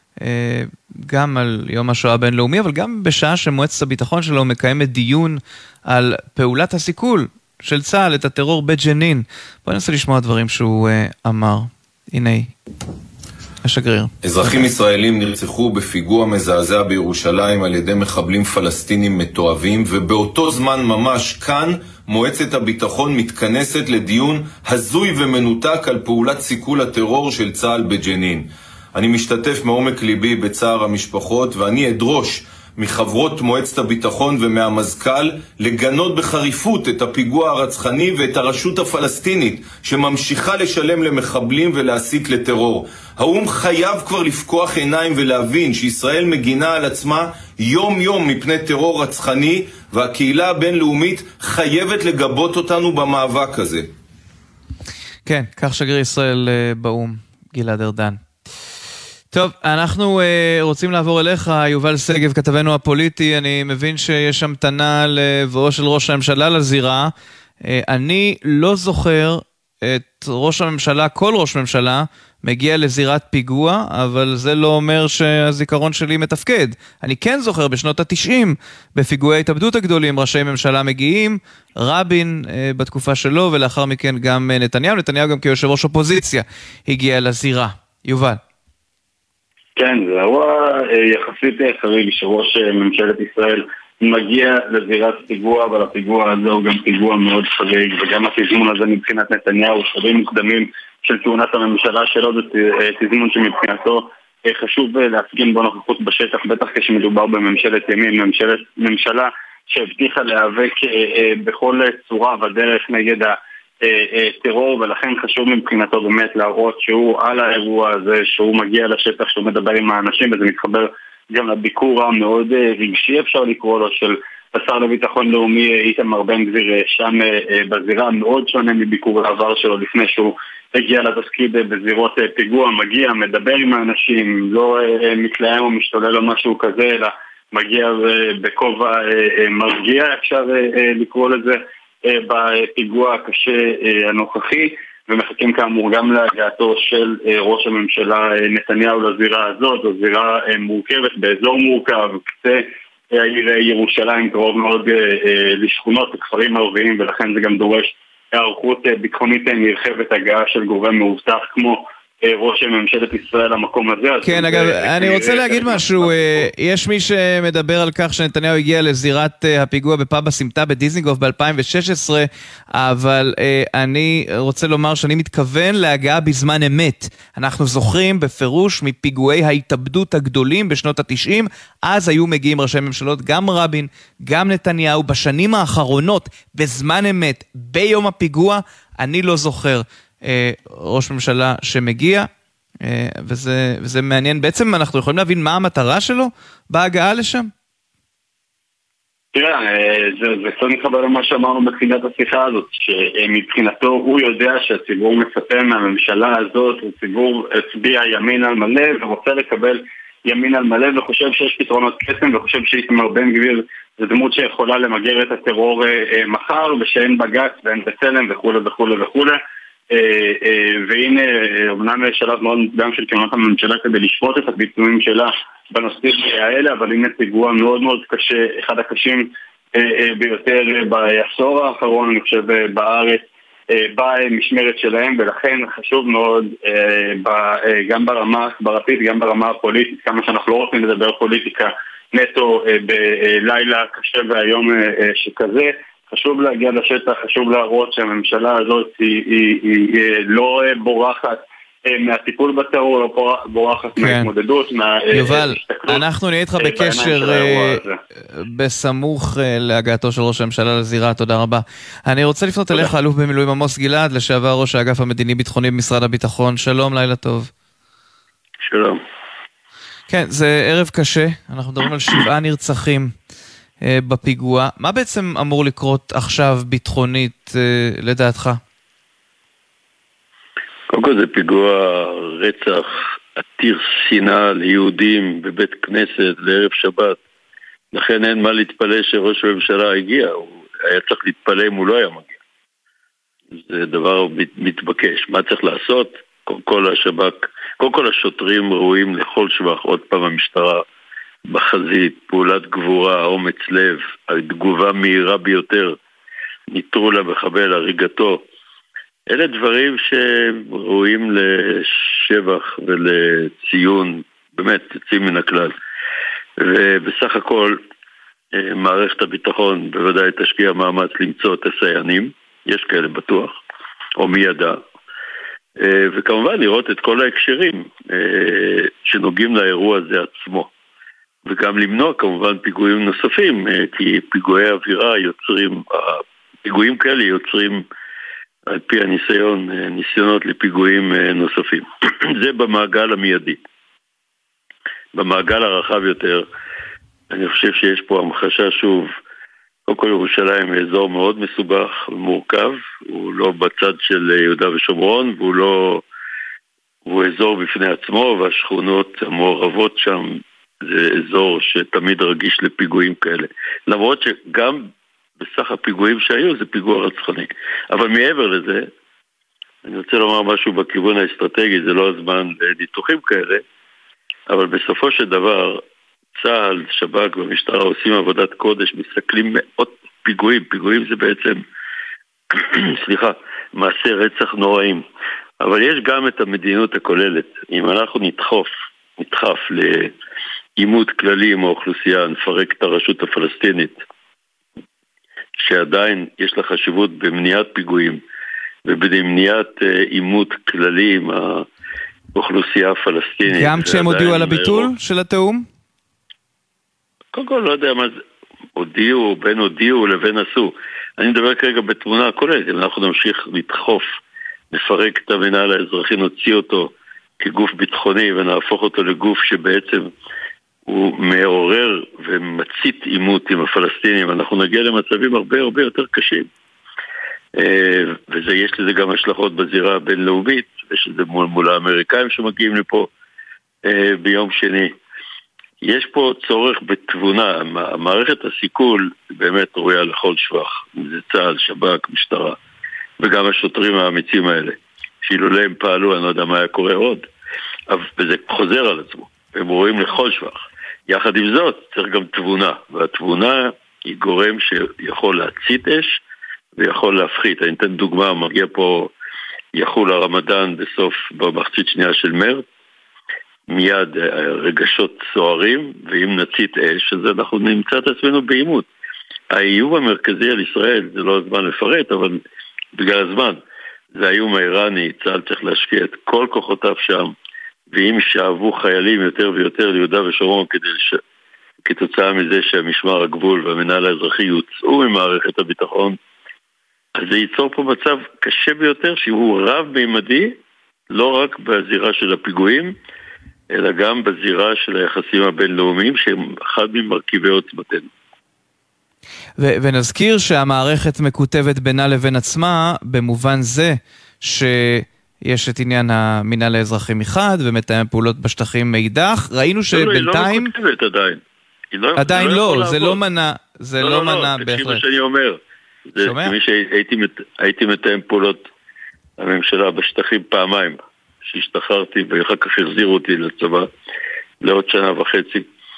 גם על יום השואה הבינלאומי, אבל גם בשעה שמועצת הביטחון שלו מקיימת דיון על פעולת הסיכול של צה"ל את הטרור בג'נין. בואו ננסה לשמוע דברים שהוא אמר. הנה, השגריר. אזרחים ישראלים נרצחו בפיגוע מזעזע בירושלים על ידי מחבלים פלסטינים מתועבים, ובאותו זמן ממש כאן מועצת הביטחון מתכנסת לדיון הזוי ומנותק על פעולת סיכול הטרור של צה"ל בג'נין. אני משתתף מעומק ליבי בצער המשפחות, ואני אדרוש מחברות מועצת הביטחון ומהמזכ"ל לגנות בחריפות את הפיגוע הרצחני ואת הרשות הפלסטינית שממשיכה לשלם למחבלים ולהסית לטרור. האום חייב כבר לפקוח עיניים ולהבין שישראל מגינה על עצמה יום יום מפני טרור רצחני, והקהילה הבינלאומית חייבת לגבות אותנו במאבק הזה. כן, כך שגריר ישראל באום, גלעד ארדן. טוב, אנחנו uh, רוצים לעבור אליך, יובל סגב, כתבנו הפוליטי. אני מבין שיש המתנה לבואו של ראש הממשלה לזירה. Uh, אני לא זוכר את ראש הממשלה, כל ראש ממשלה, מגיע לזירת פיגוע, אבל זה לא אומר שהזיכרון שלי מתפקד. אני כן זוכר בשנות ה-תשעים, בפיגועי ההתאבדות הגדולים, ראשי ממשלה מגיעים, רבין uh, בתקופה שלו, ולאחר מכן גם uh, נתניהו, נתניהו גם כיושב ראש אופוזיציה, הגיע לזירה. יובל. כן, זה אירוע יחסית חריג שראש ממשלת ישראל מגיע לזירת פיגוע, אבל הפיגוע הזה הוא גם פיגוע מאוד חריג, וגם התזמון הזה מבחינת נתניהו, שרים מוקדמים של תאונת הממשלה שלו, זה תזמון שמבחינתו חשוב להפגין בו נוכחות בשטח, בטח כשמדובר בממשלת ימין, ממשלת, ממשלה שהבטיחה להיאבק בכל צורה ודרך נגד הטרור, ולכן חשוב מבחינתו באמת להראות שהוא על האירוע הזה, שהוא מגיע לשטח, שהוא מדבר עם האנשים, וזה מתחבר גם לביקור המאוד רגשי, אפשר לקרוא לו, של השר לביטחון לאומי איתמר בן גביר שם בזירה, מאוד שונה מביקור העבר שלו לפני שהוא הגיע לתפקיד בזירות פיגוע, מגיע, מדבר עם האנשים, לא מתלהם או משתולל או משהו כזה, אלא מגיע בכובע מרגיע, אפשר לקרוא לזה, בפיגוע הקשה הנוכחי, ומחכים כאמור גם להגעתו של ראש הממשלה נתניהו לזירה הזאת, זו זירה מורכבת באזור מורכב, קצה העיר ירושלים קרוב מאוד לשכונות וכפרים ערביים, ולכן זה גם דורש הערכות ביטחונית נרחבת, הגעה של גורם מאובטח כמו ראש ממשלת ישראל למקום הזה. כן, אגב, אני רוצה להגיד משהו, יש מי שמדבר על כך שנתניהו הגיע לזירת הפיגוע בפאב הסמטה בדיזנגוף ב-אלפיים ושש עשרה, אבל אני רוצה לומר שאני מתכוון להגעה בזמן אמת. אנחנו זוכרים בפירוש מפיגועי ההתאבדות הגדולים בשנות ה-תשעים, אז היו מגיעים ראשי ממשלות, גם רבין, גם נתניהו, בשנים האחרונות, בזמן אמת, ביום הפיגוע, אני לא זוכר. ראש ממשלה שמגיע, וזה, וזה מעניין. בעצם אנחנו יכולים להבין מה המטרה שלו בהגעה לשם? תראה, זה, זה קצת מתחבר למה שאמרנו בתחילת השיחה הזאת, שמבחינתו הוא יודע שהציבור מצפה מהממשלה הזאת, הציבור הצביע ימין על מלא ורוצה לקבל ימין על מלא, וחושב שיש פתרונות קסם, וחושב שאיתמר בן גביר זה דמות שיכולה למגר את הטרור מחר, ושאין בג"ץ ואין בצלם וכו' וכו' וכו'. והנה, אמנם שלב מאוד מוקדם של כהונת הממשלה כדי לשפוט את הביצועים שלה בנושאים האלה, אבל הנה פיגוע מאוד מאוד קשה, אחד הקשים ביותר בעשור האחרון, אני חושב, בארץ, במשמרת שלהם, ולכן חשוב מאוד גם ברמה החברתית, גם ברמה הפוליטית, כמה שאנחנו לא רוצים לדבר פוליטיקה נטו בלילה קשה והיום שכזה, חשוב להגיע לשטח, חשוב להראות שהממשלה הזאת היא, היא, היא, היא לא בורחת מהטיפול בטרור, לא בורחת כן. מההתמודדות, יובל, אנחנו נהיה איתך בקשר בסמוך להגעתו של ראש הממשלה לזירה, תודה רבה. אני רוצה לפנות תודה. אליך, אלוף במילואים עמוס גלעד, לשעבר ראש האגף המדיני-ביטחוני במשרד הביטחון. שלום, לילה טוב. שלום. כן, זה ערב קשה, אנחנו מדברים על שבעה נרצחים בפיגוע. מה בעצם אמור לקרות עכשיו ביטחונית לדעתך? קודם כל זה פיגוע רצח עתיר שנאה ליהודים בבית כנסת לערב שבת. לכן אין מה להתפלא שראש הממשלה הגיע, הוא היה צריך להתפלא אם הוא לא היה מגיע. זה דבר מתבקש. מה צריך לעשות? קודם כל השב"כ, קודם כל השוטרים ראויים לכל שבח, עוד פעם המשטרה בחזית, פעולת גבורה, אומץ לב, התגובה מהירה ביותר, ניטרו למחבל, הריגתו. אלה דברים שראויים לשבח ולציון, באמת, יוצאים מן הכלל. ובסך הכל, מערכת הביטחון בוודאי תשקיע מאמץ למצוא את הסייענים, יש כאלה בטוח, או מי ידע. וכמובן לראות את כל ההקשרים שנוגעים לאירוע הזה עצמו. וגם למנוע כמובן פיגועים נוספים, כי פיגועי אווירה יוצרים, פיגועים כאלה יוצרים על פי הניסיון, ניסיונות לפיגועים נוספים. זה במעגל המיידי. במעגל הרחב יותר, אני חושב שיש פה המחשה שוב, קודם כל ירושלים הוא אזור מאוד מסובך ומורכב, הוא לא בצד של יהודה ושומרון, והוא לא, הוא אזור בפני עצמו, והשכונות המעורבות שם, זה אזור שתמיד רגיש לפיגועים כאלה. למרות שגם בסך הפיגועים שהיו זה פיגוע רצחני. אבל מעבר לזה, אני רוצה לומר משהו בכיוון האסטרטגי, זה לא הזמן לניתוחים כאלה, אבל בסופו של דבר, צה"ל, שב"כ והמשטרה עושים עבודת קודש, מסתכלים מאות פיגועים, פיגועים זה בעצם, סליחה, מעשי רצח נוראים. אבל יש גם את המדיניות הכוללת. אם אנחנו נדחוף, נדחף לעימות כללי עם האוכלוסייה, נפרק את הרשות הפלסטינית, שעדיין יש לה חשיבות במניעת פיגועים, ובמניעת עימות כללי עם האוכלוסייה הפלסטינית. גם כשהם הודיעו על הביטול של התאום? קודם כל לא יודע מה זה, הודיעו, בין הודיעו לבין עשו. אני מדבר כרגע בתמונה הכוללת, אם אנחנו נמשיך לדחוף, נפרק את המנהל האזרחי, נוציא אותו כגוף ביטחוני ונהפוך אותו לגוף שבעצם הוא מעורר ומצית עימות עם הפלסטינים, אנחנו נגיע למצבים הרבה הרבה יותר קשים. ויש לזה גם השלכות בזירה הבינלאומית, יש לזה מול, מול האמריקאים שמגיעים לפה ביום שני. יש פה צורך בתבונה, מערכת הסיכול באמת ראויה לכל שבח, זה צה"ל, שב"כ, משטרה, וגם השוטרים האמיצים האלה, שאילולא הם פעלו, אני לא יודע מה היה קורה עוד, וזה חוזר על עצמו, הם רואים לכל שבח. יחד עם זאת, צריך גם תבונה, והתבונה היא גורם שיכול להצית אש, ויכול להפחית. אני אתן דוגמה, מגיע פה, יחול הרמדאן בסוף, במחצית שנייה של מרץ, מיד רגשות סוערים, ואם נצית אש, אז אנחנו נמצא את עצמנו בעימות. האיום המרכזי על ישראל, זה לא הזמן לפרט, אבל בגלל הזמן, זה האיום האיראני, צה"ל צריך להשקיע את כל כוחותיו שם, ואם שאבו חיילים יותר ויותר ליהודה ושומרון, כדי לש... כתוצאה מזה שהמשמר הגבול והמנהל האזרחי יוצאו ממערכת הביטחון, אז זה ייצור פה מצב קשה ביותר, שהוא רב-מימדי, לא רק בזירה של הפיגועים, אלא גם בזירה של היחסים הבינלאומיים, שהם אחד ממרכיבי עוצמתנו. ו- ונזכיר שהמערכת מקוטבת בינה לבין עצמה, במובן זה שיש את עניין המינהל האזרחי מחד, ומתאם פעולות בשטחים מאידך. ראינו שבינתיים... היא לא מקוטבת עדיין. עדיין לא, זה לא מנע, זה לא מנע בהחלט. תקשיב מה שאני אומר. שומע? כמי שהייתי מתאם פעולות הממשלה בשטחים פעמיים, שהשתחררתי ואחר כך החזירו אותי לצבא לעוד שנה וחצי,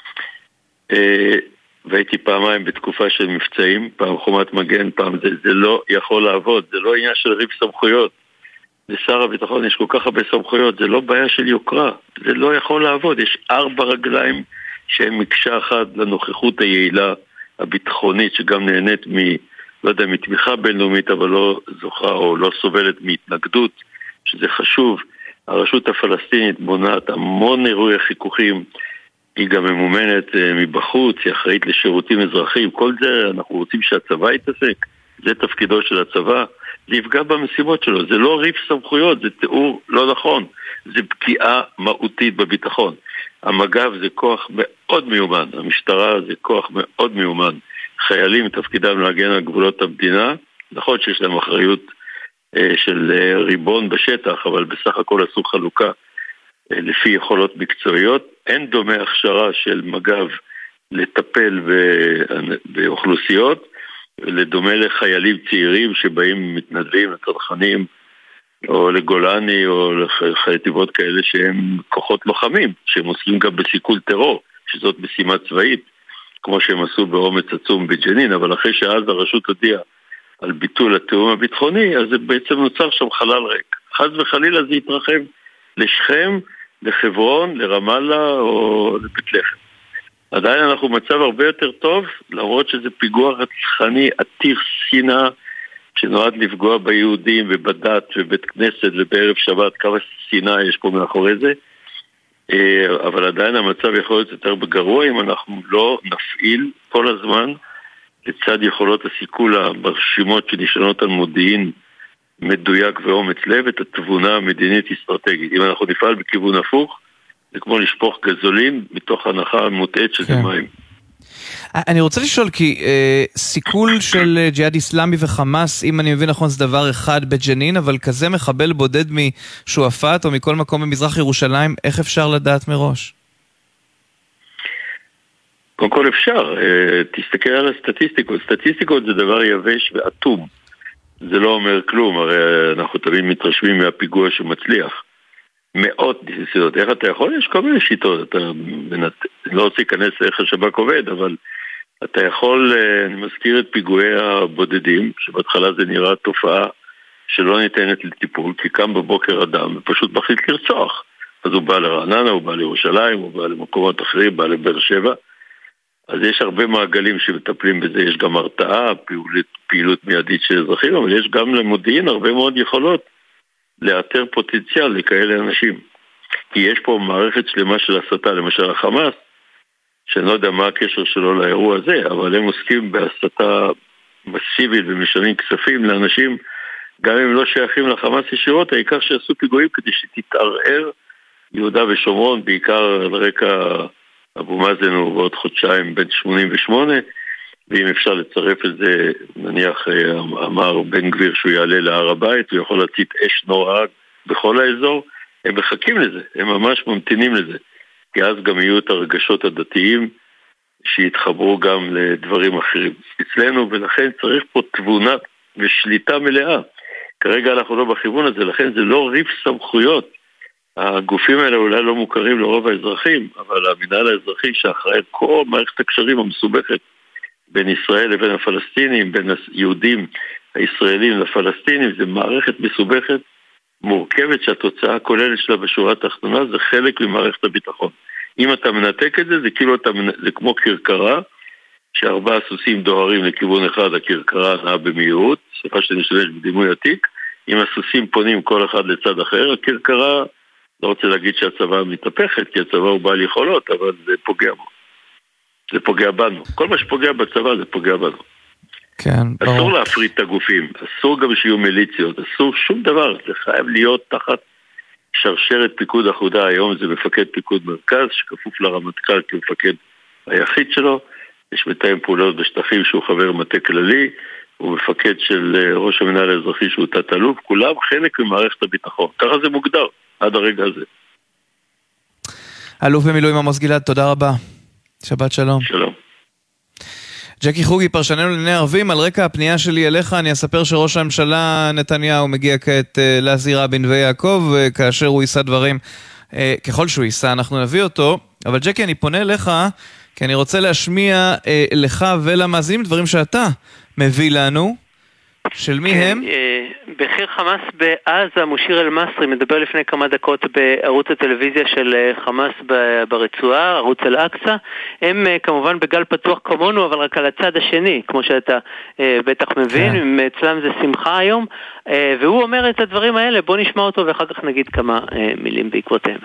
והייתי פעמיים בתקופה של מבצעים, פעם חומת מגן, פעם זה, זה לא יכול לעבוד, זה לא עניין של ריב סמכויות. לשר הביטחון יש כל כך הרבה סמכויות, זה לא בעיה של יוקרה, זה לא יכול לעבוד, יש ארבע רגליים שהן מקשה אחת לנוכחות היעילה הביטחונית, שגם נהנית מ... לא יודע, מתמיכה בינלאומית, אבל לא זוכה או לא סובלת מהתנגדות, שזה חשוב. הרשות הפלסטינית מונעת המון אירועי חיכוכים, היא גם ממומנת מבחוץ, היא אחראית לשירותים אזרחיים, כל זה אנחנו רוצים שהצבא יתעסק, זה תפקידו של הצבא, זה יפגע במשימות שלו, זה לא ריב סמכויות, זה תיאור לא נכון, זה פגיעה מהותית בביטחון. המג"ב זה כוח מאוד מיומן, המשטרה זה כוח מאוד מיומן, חיילים תפקידם להגן על גבולות המדינה, נכון שיש להם אחריות אה, של אה, ריבון בשטח, אבל בסך הכל עשו חלוקה אה, לפי יכולות מקצועיות. אין דומה הכשרה של מג"ב לטפל באוכלוסיות, לדומה לחיילים צעירים שבאים מתנדבים לצנחנים, או לגולני, או לחטיבות כאלה שהם כוחות לוחמים, שהם עושים גם בסיכול טרור, שזאת משימה צבאית, כמו שהם עשו באומץ עצום בג'נין, אבל אחרי שאז הרשות הודיעה על ביטול התיאום הביטחוני, אז זה בעצם נוצר שם חלל ריק. חס וחלילה זה יתרחב לשכם, לחברון, לרמאללה או לבית לחם. עדיין אנחנו במצב הרבה יותר טוב, למרות שזה פיגוע רצחני עתיר שנאה, שנועד לפגוע ביהודים ובדת ובית כנסת ובערב שבת, כמה שנאה יש פה מאחורי זה, אבל עדיין המצב יכול להיות יותר בגרוע אם אנחנו לא נפעיל כל הזמן לצד יכולות הסיכול המרשימות שנשענות על מודיעין מדויק ואומץ לב את התבונה המדינית אסטרטגית. אם אנחנו נפעל בכיוון הפוך, זה כמו לשפוך גזולין מתוך הנחה מוטעת שזה כן. מים. אני רוצה לשאול, כי אה, סיכול של ג'יהאד איסלאמי וחמאס, אם אני מבין נכון, זה דבר אחד בג'נין, אבל כזה מחבל בודד משועפאט או מכל מקום במזרח ירושלים, איך אפשר לדעת מראש? קודם כל אפשר, אה, תסתכל על הסטטיסטיקות. סטטיסטיקות זה דבר יבש ואטום. זה לא אומר כלום, הרי אנחנו תמיד מתרשמים מהפיגוע שמצליח. מאות ניסיונות. איך אתה יכול? יש כל מיני שיטות. אתה לא רוצה להיכנס לאיך השב"כ עובד, אבל אתה יכול, אני מזכיר את פיגועי הבודדים, שבהתחלה זה נראה תופעה שלא ניתנת לטיפול, כי קם בבוקר אדם ופשוט מחליט לרצוח. אז הוא בא לרעננה, הוא בא לירושלים, הוא בא למקומות אחרים, בא לבאר שבע. אז יש הרבה מעגלים שמטפלים בזה, יש גם הרתעה, פעילות, פעילות מיידית של אזרחים, אבל יש גם למודיעין הרבה מאוד יכולות לאתר פוטנציאל לכאלה אנשים. כי יש פה מערכת שלמה של הסתה, למשל החמאס, שאני לא יודע מה הקשר שלו לאירוע הזה, אבל הם עוסקים בהסתה מסיבית ומשלמים כספים לאנשים, גם אם לא שייכים לחמאס ישירות, העיקר שעשו פיגועים כדי שתתערער יהודה ושומרון, בעיקר על רקע אבו מאזן הוא בעוד חודשיים בן שמונים ושמונה, ואם אפשר לצרף את זה, נניח אמר בן גביר שהוא יעלה להר הבית, הוא יכול להצית אש נורא בכל האזור, הם מחכים לזה, הם ממש ממתינים לזה, כי אז גם יהיו את הרגשות הדתיים שיתחברו גם לדברים אחרים אצלנו, ולכן צריך פה תבונה ושליטה מלאה. כרגע אנחנו לא בכיוון הזה, לכן זה לא ריב סמכויות. הגופים האלה אולי לא מוכרים לרוב האזרחים, אבל המנהל האזרחי שאחראי כל מערכת הקשרים המסובכת בין ישראל לבין הפלסטינים, בין היהודים הישראלים לפלסטינים, זה מערכת מסובכת, מורכבת, שהתוצאה הכוללת שלה בשורה התחתונה זה חלק ממערכת הביטחון. אם אתה מנתק את זה, זה כאילו אתה, זה כמו קרקרה, שארבעה סוסים דוהרים לכיוון אחד, הקרקרה נעה במהירות, סליחה שאני משתמש בדימוי עתיק, אם הסוסים פונים כל אחד לצד אחר, הקרקרה, לא רוצה להגיד שהצבא מתהפכת, כי הצבא הוא בעל יכולות, אבל זה פוגע בו. זה פוגע בנו. כל מה שפוגע בצבא זה פוגע בנו. כן, אסור ברור. להפריד את הגופים, אסור גם שיהיו מיליציות, אסור שום דבר, זה חייב להיות תחת שרשרת פיקוד אחודה. היום זה מפקד פיקוד מרכז, שכפוף לרמטכ"ל כמפקד היחיד שלו, יש מתאם פעולות בשטחים שהוא חבר מטה כללי, הוא מפקד של ראש המנהל האזרחי שהוא תת-אלוף, כולם חלק ממערכת הביטחון, ככה זה מוגדר עד הרגע הזה. אלוף במילואים עמוס גלעד, תודה רבה. שבת שלום. שלום. ג'קי חוגי, פרשננו לענייני ערבים, על רקע הפנייה שלי אליך, אני אספר שראש הממשלה נתניהו מגיע כעת לזירה בנווה יעקב, כאשר הוא יישא דברים, ככל שהוא יישא אנחנו נביא אותו, אבל ג'קי, אני פונה אליך, כי אני רוצה להשמיע לך ולמאזינים דברים שאתה מביא לנו, של מי הם? בכיר חמאס בעזה, מושיר אל-מסרי, מדבר לפני כמה דקות בערוץ הטלוויזיה של חמאס ברצועה, ערוץ אל-אקצה. הם כמובן בגל פתוח כמונו, אבל רק על הצד השני, כמו שאתה בטח מבין, אצלם זה שמחה היום, והוא אומר את הדברים האלה, בוא נשמע אותו ואחר כך נגיד כמה מילים בעקבותיהם.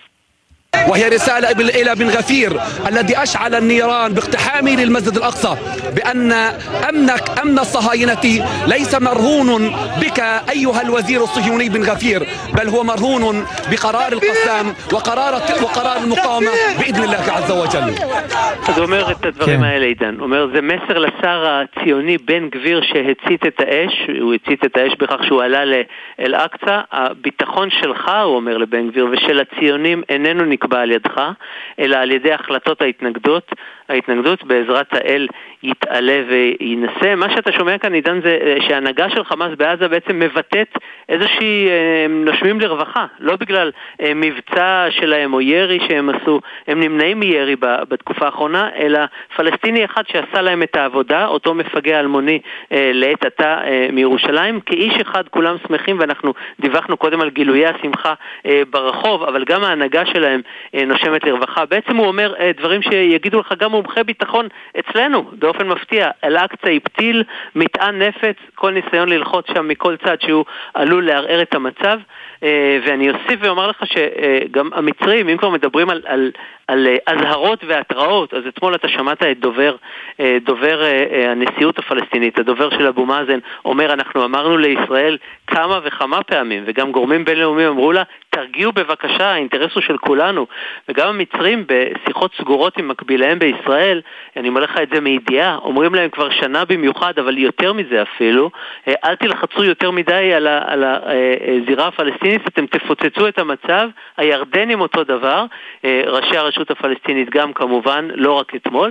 وهي رسالة إلى بن غفير الذي أشعل النيران باقتحامه للمسجد الأقصى بأن أمنك أمن الصهاينة ليس مرهون بك أيها الوزير الصهيوني بن غفير بل هو مرهون بقرار القسام وقرار وقرار المقاومة بإذن الله عز وجل. אז הוא אומר את הדברים האלה עידן, הוא אומר זה מסר לשר הציוני בן גביר שהצית את האש, הוא הצית את האש בכך שהוא עלה לאל-אקצה, הביטחון שלך, הוא אומר לבן גביר, ושל הציונים איננו נקבע על ידך, אלא על ידי החלטות ההתנגדות, ההתנגדות בעזרת האל יתעלה וינסה. מה שאתה שומע כאן עידן זה שההנהגה של חמאס בעזה בעצם מבטאת איזושהי נושמים לרווחה, לא בגלל מבצע שלהם או ירי שהם עשו, הם נמנעים מירי בתקופה האחרונה, אלא פלסטיני אחד שעשה להם את העבודה, אותו מפגע אלמוני לעת עתה מירושלים, כאיש אחד כולם שמחים, ואנחנו דיווחנו קודם על גילויי השמחה ברחוב, אבל גם ההנהגה שלהם נושמת לרווחה. בעצם הוא אומר דברים שיגידו לך גם מומחי ביטחון אצלנו, באופן מפתיע. אל-אקצה הפתיל מטען נפץ, כל ניסיון ללחוץ שם מכל צד שהוא עלול לערער את המצב, ואני אוסיף ואומר לך שגם המצרים, אם כבר מדברים על, על, על הזהרות והתראות, אז אתמול אתה שמעת את דובר, דובר הנשיאות הפלסטינית, הדובר של אבו מאזן, אומר אנחנו אמרנו לישראל כמה וכמה פעמים, וגם גורמים בינלאומיים אמרו לה, תרגיעו בבקשה, האינטרס הוא של כולנו. וגם המצרים בשיחות סגורות עם מקביליהם בישראל, אני אומר לך את זה מידיעה, אומרים להם כבר שנה במיוחד, אבל יותר מזה אפילו, אל תלחצו יותר מדי על, ה, על הזירה הפלסטינית, אתם תפוצצו את המצב, הירדנים אותו דבר, ראשי הרשות הפלסטינית גם כמובן, לא רק אתמול,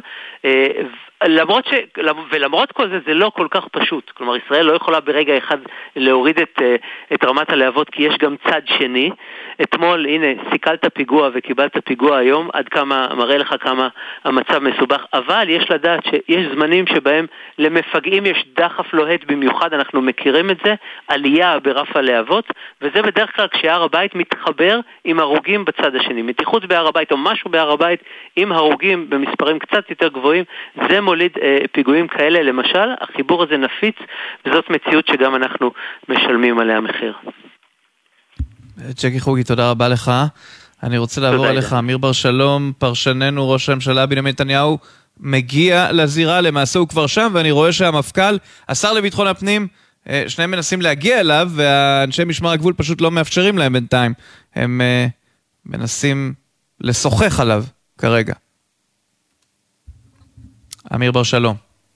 למרות ש... ולמרות כל זה, זה לא כל כך פשוט. כלומר, ישראל לא יכולה ברגע אחד להוריד את, את רמת הלהבות, כי יש גם צד שני. אתמול, הנה, סיכלת פיגוע וקיבלת פיגוע היום, עד כמה, מראה לך כמה המצב מסובך. אבל יש לדעת שיש זמנים שבהם למפגעים יש דחף לוהט במיוחד, אנחנו מכירים את זה, עלייה ברף הלהבות, וזה בדרך כלל כשהר הבית מתחבר עם הרוגים בצד השני. מתיחות בהר הבית או משהו בהר הבית עם הרוגים במספרים קצת יותר גבוהים, זה מוליד אה, פיגועים כאלה. למשל, החיבור הזה נפיץ, וזאת מציאות שגם אנחנו משלמים עליה מחיר. ג'קי חוגי, תודה רבה לך. אני רוצה לעבור אליך, אמיר בר שלום, פרשננו ראש הממשלה בנימין נתניהו, מגיע לזירה, למעשה הוא כבר שם, ואני רואה שהמפכ"ל, השר לביטחון הפנים, שניהם מנסים להגיע אליו, והאנשי משמר הגבול פשוט לא מאפשרים להם בינתיים. הם מנסים לשוחח עליו כרגע. אמיר בר שלום.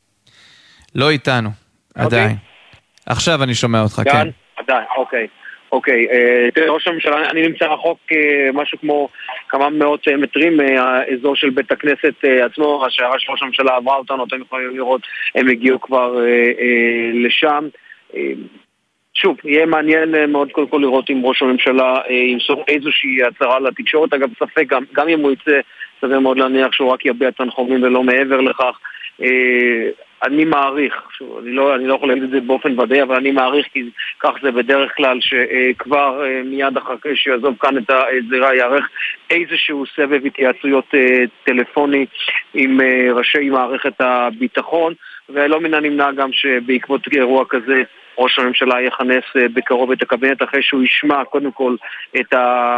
לא איתנו, עדיין. עכשיו אני שומע אותך, כן. עדיין, אוקיי. אוקיי, תראה, ראש הממשלה, אני נמצא רחוק משהו כמו כמה מאות מטרים מהאזור של בית הכנסת עצמו, השערה של ראש הממשלה עברה אותנו, אתם יכולים לראות, הם הגיעו כבר לשם. שוב, יהיה מעניין מאוד קודם כל לראות אם ראש הממשלה ימסור איזושהי הצהרה לתקשורת, אגב ספק, גם, גם אם הוא יצא, סביר מאוד להניח שהוא רק יביע תנחומים ולא מעבר לכך. אני מעריך, שוב, אני לא, אני לא יכול להגיד את זה באופן ודאי, אבל אני מעריך כי כך זה בדרך כלל שכבר מיד אחר כך שיעזוב כאן את הזירה יערך איזשהו סבב התייעצויות טלפוני עם ראשי מערכת הביטחון, ולא מן הנמנע גם שבעקבות אירוע כזה ראש הממשלה יכנס בקרוב את הקבינט אחרי שהוא ישמע קודם כל את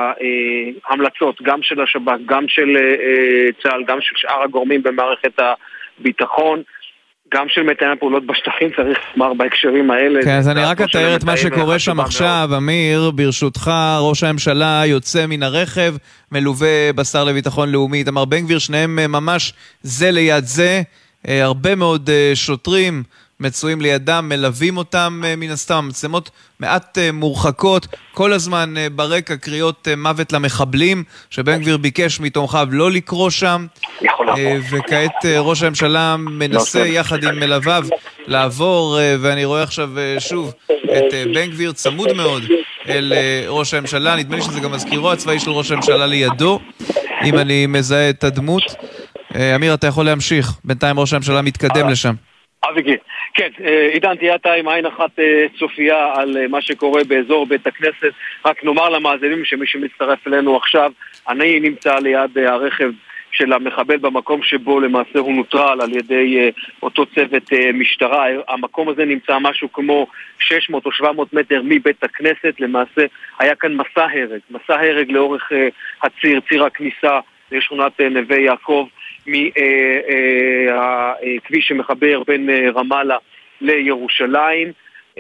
ההמלצות גם של השב"כ, גם של צה"ל, גם של שאר הגורמים במערכת הביטחון, גם של מתאם הפעולות בשטחים, צריך לומר בהקשרים האלה. כן, אז אני רק אתאר את מה שקורה שם עכשיו, אמיר, ברשותך, ראש הממשלה יוצא מן הרכב, מלווה בשר לביטחון לאומי, איתמר בן גביר, שניהם ממש זה ליד זה, הרבה מאוד שוטרים מצויים לידם, מלווים אותם מן הסתם, מצלמות מעט מורחקות, כל הזמן ברקע קריאות מוות למחבלים, שבן גביר ביקש מתומכיו לא לקרוא שם, וכעת ראש הממשלה מנסה יחד עם מלוויו לעבור, ואני רואה עכשיו שוב את בן גביר צמוד מאוד אל ראש הממשלה, נדמה לי שזה גם מזכירו הצבאי של ראש הממשלה לידו, אם אני מזהה את הדמות. אמיר, אתה יכול להמשיך, בינתיים ראש הממשלה מתקדם לשם. אביגי, כן, עידן תהיה אתה עם עין אחת צופייה על מה שקורה באזור בית הכנסת. רק נאמר למאזינים שמי שמצטרף אלינו עכשיו, אני נמצא ליד הרכב של המחבל במקום שבו למעשה הוא נוטרל על ידי אותו צוות משטרה. המקום הזה נמצא משהו כמו שש מאות או שבע מאות מטר מבית הכנסת. למעשה היה כאן מסע הרג, מסע הרג לאורך הציר, ציר הכניסה לשכונת נווה יעקב, מהכביש שמחבר בין רמאללה לירושלים.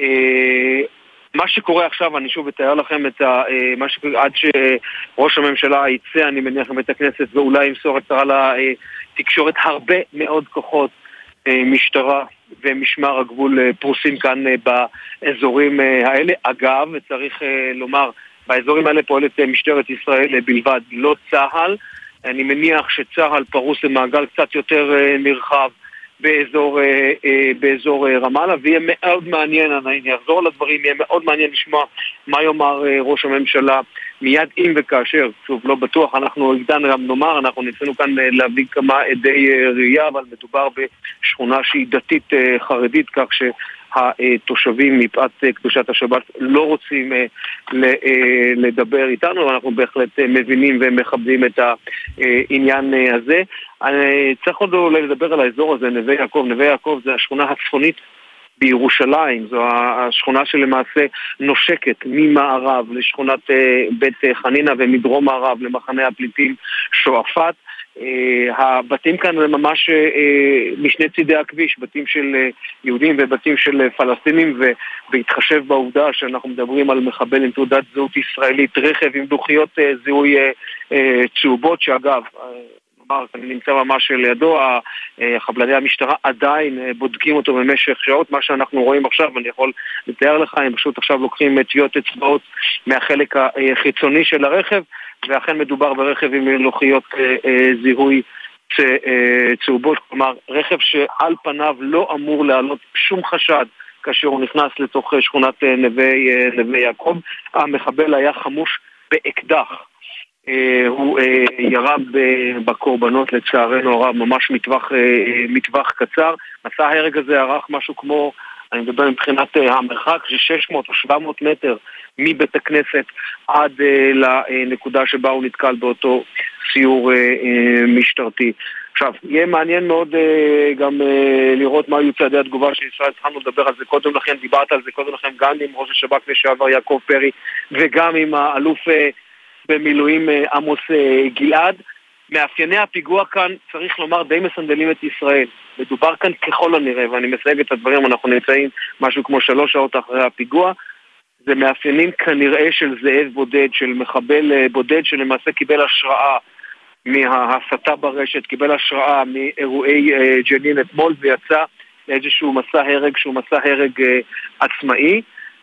מה שקורה עכשיו, אני שוב אתאר לכם את מה שקורה עד שראש הממשלה יצא, אני מניח לבית הכנסת, ואולי ימסור הצהרה לתקשורת. הרבה מאוד כוחות משטרה ומשמר הגבול פרוסים כאן באזורים האלה. אגב, צריך לומר, באזורים האלה פועלת משטרת ישראל בלבד, לא צה"ל. אני מניח שצה"ל פרוס למעגל קצת יותר נרחב באזור, באזור רמאללה, ויהיה מאוד מעניין, אני אחזור לדברים, יהיה מאוד מעניין לשמוע מה יאמר ראש הממשלה מיד אם וכאשר, שוב לא בטוח, אנחנו עידן גם נאמר, אנחנו ניסינו כאן להביא כמה עדי ראייה, אבל מדובר בשכונה שהיא דתית חרדית, כך ש... התושבים מפאת קדושת השבת לא רוצים לדבר איתנו, ואנחנו בהחלט מבינים ומכבדים את העניין הזה. אני צריך עוד לדבר על האזור הזה, נווה יעקב. נווה יעקב זה השכונה הצפונית בירושלים, זו השכונה שלמעשה נושקת ממערב לשכונת בית חנינה ומדרום מערב למחנה הפליטים שועפאט. הבתים כאן הם ממש משני צידי הכביש, בתים של יהודים ובתים של פלסטינים, ובהתחשב בעובדה שאנחנו מדברים על מחבל עם תעודת זהות ישראלית, רכב עם לוחיות זיהוי צהובות, שאגב אני נמצא ממש לידו, חבלני המשטרה עדיין בודקים אותו במשך שעות. מה שאנחנו רואים עכשיו, אני יכול לתאר לך, הם פשוט עכשיו לוקחים טביעות אצבעות מהחלק החיצוני של הרכב, ואכן מדובר ברכב עם לוחיות זיהוי צהובות, כלומר רכב שעל פניו לא אמור לעלות שום חשד כאשר הוא נכנס לתוך שכונת נווה יעקב. המחבל היה חמוש באקדח, הוא ירה בקורבנות לצערנו הרב ממש מטווח, מטווח קצר. מסע ההרג הזה ערך משהו כמו, אני מדבר מבחינת המרחק, ש-שש מאות או שבע מאות מטר מבית הכנסת עד לנקודה שבה הוא נתקל באותו סיור משטרתי. עכשיו, יהיה מעניין מאוד גם לראות מה היו צעדי התגובה של ישראל. התחלנו לדבר על זה קודם לכן, דיברת על זה קודם לכן גם עם ראש השב"כ לשעבר יעקב פרי, וגם עם האלוף במילואים עמוס גלעד. מאפייני הפיגוע כאן, צריך לומר, די מסנדלים את ישראל. מדובר כאן ככל הנראה, ואני מסייג את הדברים, אנחנו נמצאים משהו כמו שלוש שעות אחרי הפיגוע. זה מאפיינים כנראה של זאב בודד, של מחבל בודד שלמעשה קיבל השראה מההסתה ברשת, קיבל השראה מאירועי ג'נין אתמול ויצא לאיזשהו מסע הרג שהוא מסע הרג עצמאי.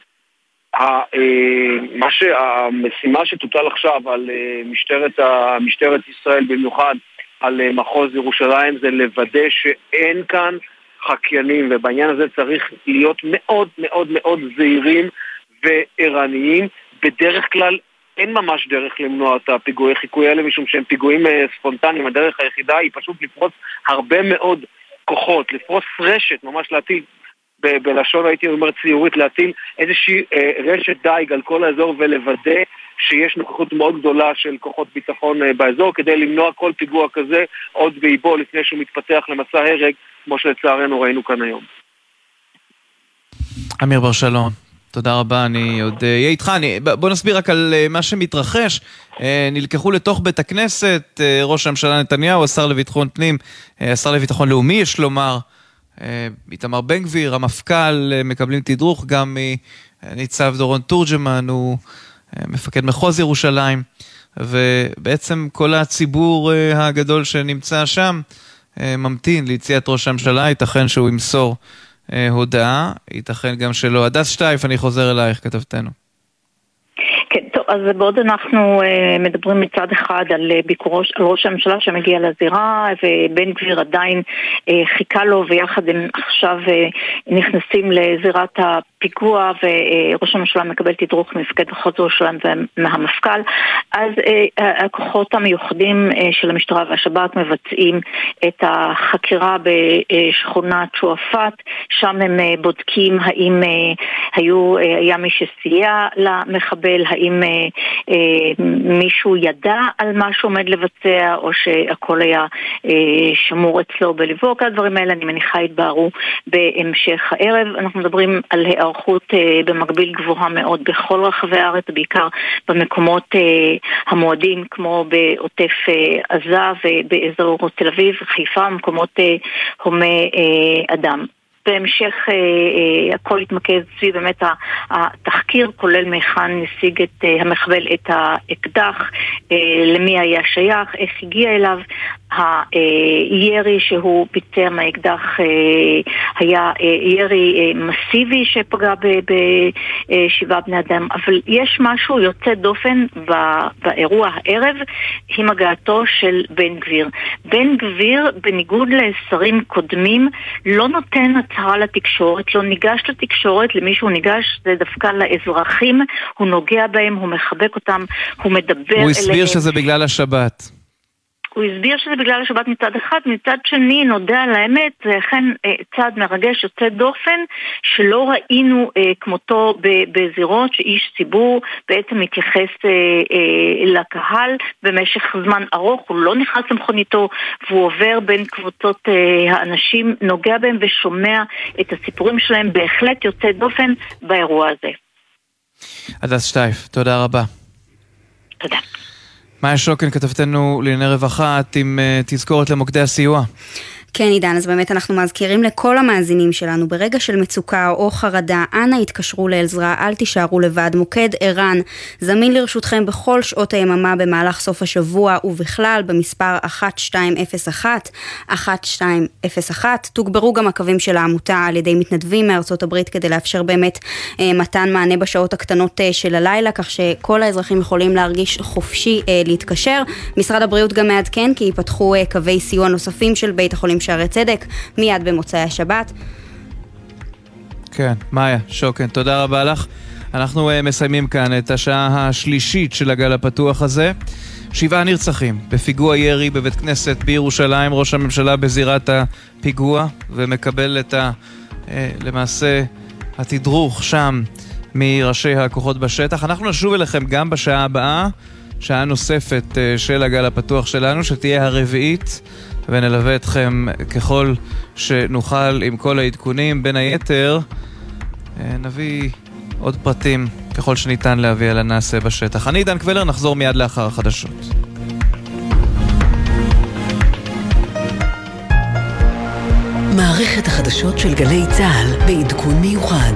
מה שהמשימה שתוטל עכשיו על משטרת, משטרת ישראל במיוחד על מחוז ירושלים זה לוודא שאין כאן חקיינים, ובעניין הזה צריך להיות מאוד מאוד מאוד זהירים וערניים. בדרך כלל אין ממש דרך למנוע את הפיגועי חיקוי האלה משום שהם פיגועים ספונטניים. הדרך היחידה היא פשוט לפרוס הרבה מאוד כוחות, לפרוס רשת, ממש להטיל ב- בלשון הייתי אומר ציורית, להטיל איזושהי אה, רשת דייג על כל האזור ולוודא שיש נוכחות מאוד גדולה של כוחות ביטחון אה, באזור כדי למנוע כל פיגוע כזה עוד באיבו לפני שהוא מתפתח למסע הרג כמו שלצערנו ראינו כאן היום. אמיר בר שלום, תודה רבה, אני עוד אהיה איתך. אני, בוא נסביר רק על מה שמתרחש. נלקחו לתוך בית הכנסת ראש הממשלה נתניהו, השר לביטחון פנים, השר לביטחון לאומי יש לומר, איתמר בן גביר, המפכ"ל, מקבלים תדרוך גם מניצב דורון תורג'מן, הוא מפקד מחוז ירושלים, ובעצם כל הציבור הגדול שנמצא שם ממתין ליציאת ראש הממשלה, ייתכן שהוא ימסור הודעה, ייתכן גם שלא. הדס שטייף, אני חוזר אלייך, כתבתנו. כן, טוב, אז בעוד אנחנו uh, מדברים מצד אחד על uh, ביקורו של ראש הממשלה שמגיע לזירה, ובן גביר עדיין uh, חיכה לו, ויחד הם עכשיו uh, נכנסים לזירת הפיגוע, וראש הממשלה מקבל תדרוך מפקד מחוז ירושלים מהמפכ"ל. אז uh, הכוחות המיוחדים uh, של המשטרה והשב"כ מבצעים את החקירה בשכונת שועפאט, שם הם uh, בודקים האם uh, היו, uh, היה מי שסייע למחבל, האם אה, אה, מישהו ידע על מה שעומד לבצע, או שהכל היה אה, שמור אצלו בלבוא. כל הדברים האלה אני מניחה יתבהרו בהמשך הערב. אנחנו מדברים על הערכות אה, במקביל גבוהה מאוד בכל רחבי הארץ, בעיקר במקומות אה, המועדים כמו בעוטף אה, עזה ובאזור תל אביב, חיפה, מקומות אה, הומי אה, אדם. בהמשך אה, אה, הכל התמקד סביב באמת התחקיר, כולל מהיכן נשיג את אה, המחבל את האקדח, אה, למי היה שייך, איך הגיע אליו. הירי שהוא ביצע מהאקדח אה, היה אה, ירי אה, מסיבי שפגע בשבעה בני אדם, אבל יש משהו יוצא דופן באירוע הערב עם הגעתו של בן גביר. בן גביר בניגוד לשרים קודמים לא נותן הצהרה לתקשורת, לא ניגש לתקשורת, למי שהוא ניגש זה דווקא לאזרחים, הוא נוגע בהם, הוא מחבק אותם, הוא מדבר אליהם. הוא הסביר שזה בגלל השבת. הוא הסביר שזה בגלל השבת מצד אחד, מצד שני נודע על האמת, זה אכן צעד מרגש יוצא דופן שלא ראינו אה, כמותו בזירות שאיש ציבור בעצם מתייחס אה, אה, לקהל במשך זמן ארוך, הוא לא נכנס למכוניתו והוא עובר בין קבוצות אה, האנשים, נוגע בהם ושומע את הסיפורים שלהם, בהחלט יוצא דופן באירוע הזה. הדס שטייף, תודה רבה. תודה. מאיה שוקן, כתבתנו לענייני רווחה, את עם uh, תזכורת למוקדי הסיוע. כן עידן, אז באמת אנחנו מזכירים לכל המאזינים שלנו, ברגע של מצוקה או חרדה, אנא התקשרו לעזרה, אל תישארו לבד. מוקד ערן זמין לרשותכם בכל שעות היממה במהלך סוף השבוע, ובכלל במספר אחת שתיים אפס אחת אחת שתיים אפס אחת. תוגברו גם הקווים של העמותה על ידי מתנדבים מארצות הברית, כדי לאפשר באמת אה, מתן מענה בשעות הקטנות אה, של הלילה, כך שכל האזרחים יכולים להרגיש חופשי אה, להתקשר. משרד הבריאות גם מעדכן כי ייפתחו אה, קווי סיוע נוספים של בית החולים שערי צדק מיד במוצאי השבת. כן, מאיה שוקן, תודה רבה לך. אנחנו uh, מסיימים כאן את השעה השלישית של הגל הפתוח הזה. שבעה נרצחים בפיגוע ירי בבית כנסת בירושלים, ראש הממשלה בזירת הפיגוע ומקבל את ה, uh, למעשה התדרוך שם מראשי הכוחות בשטח. אנחנו נשוב אליכם גם בשעה הבאה, שעה נוספת uh, של הגל הפתוח שלנו, שתהיה הרביעית, ונלווה אתכם ככל שנוכל עם כל העדכונים. בין היתר נביא עוד פרטים ככל שניתן להביא על הנעשה בשטח. אני עידן קבלר, נחזור מיד לאחר החדשות. מערכת החדשות של גלי צהל בעדכון מיוחד.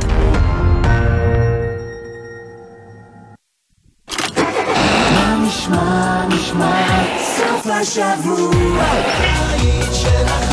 מה נשמע, נשמע סוף השבוע, היית של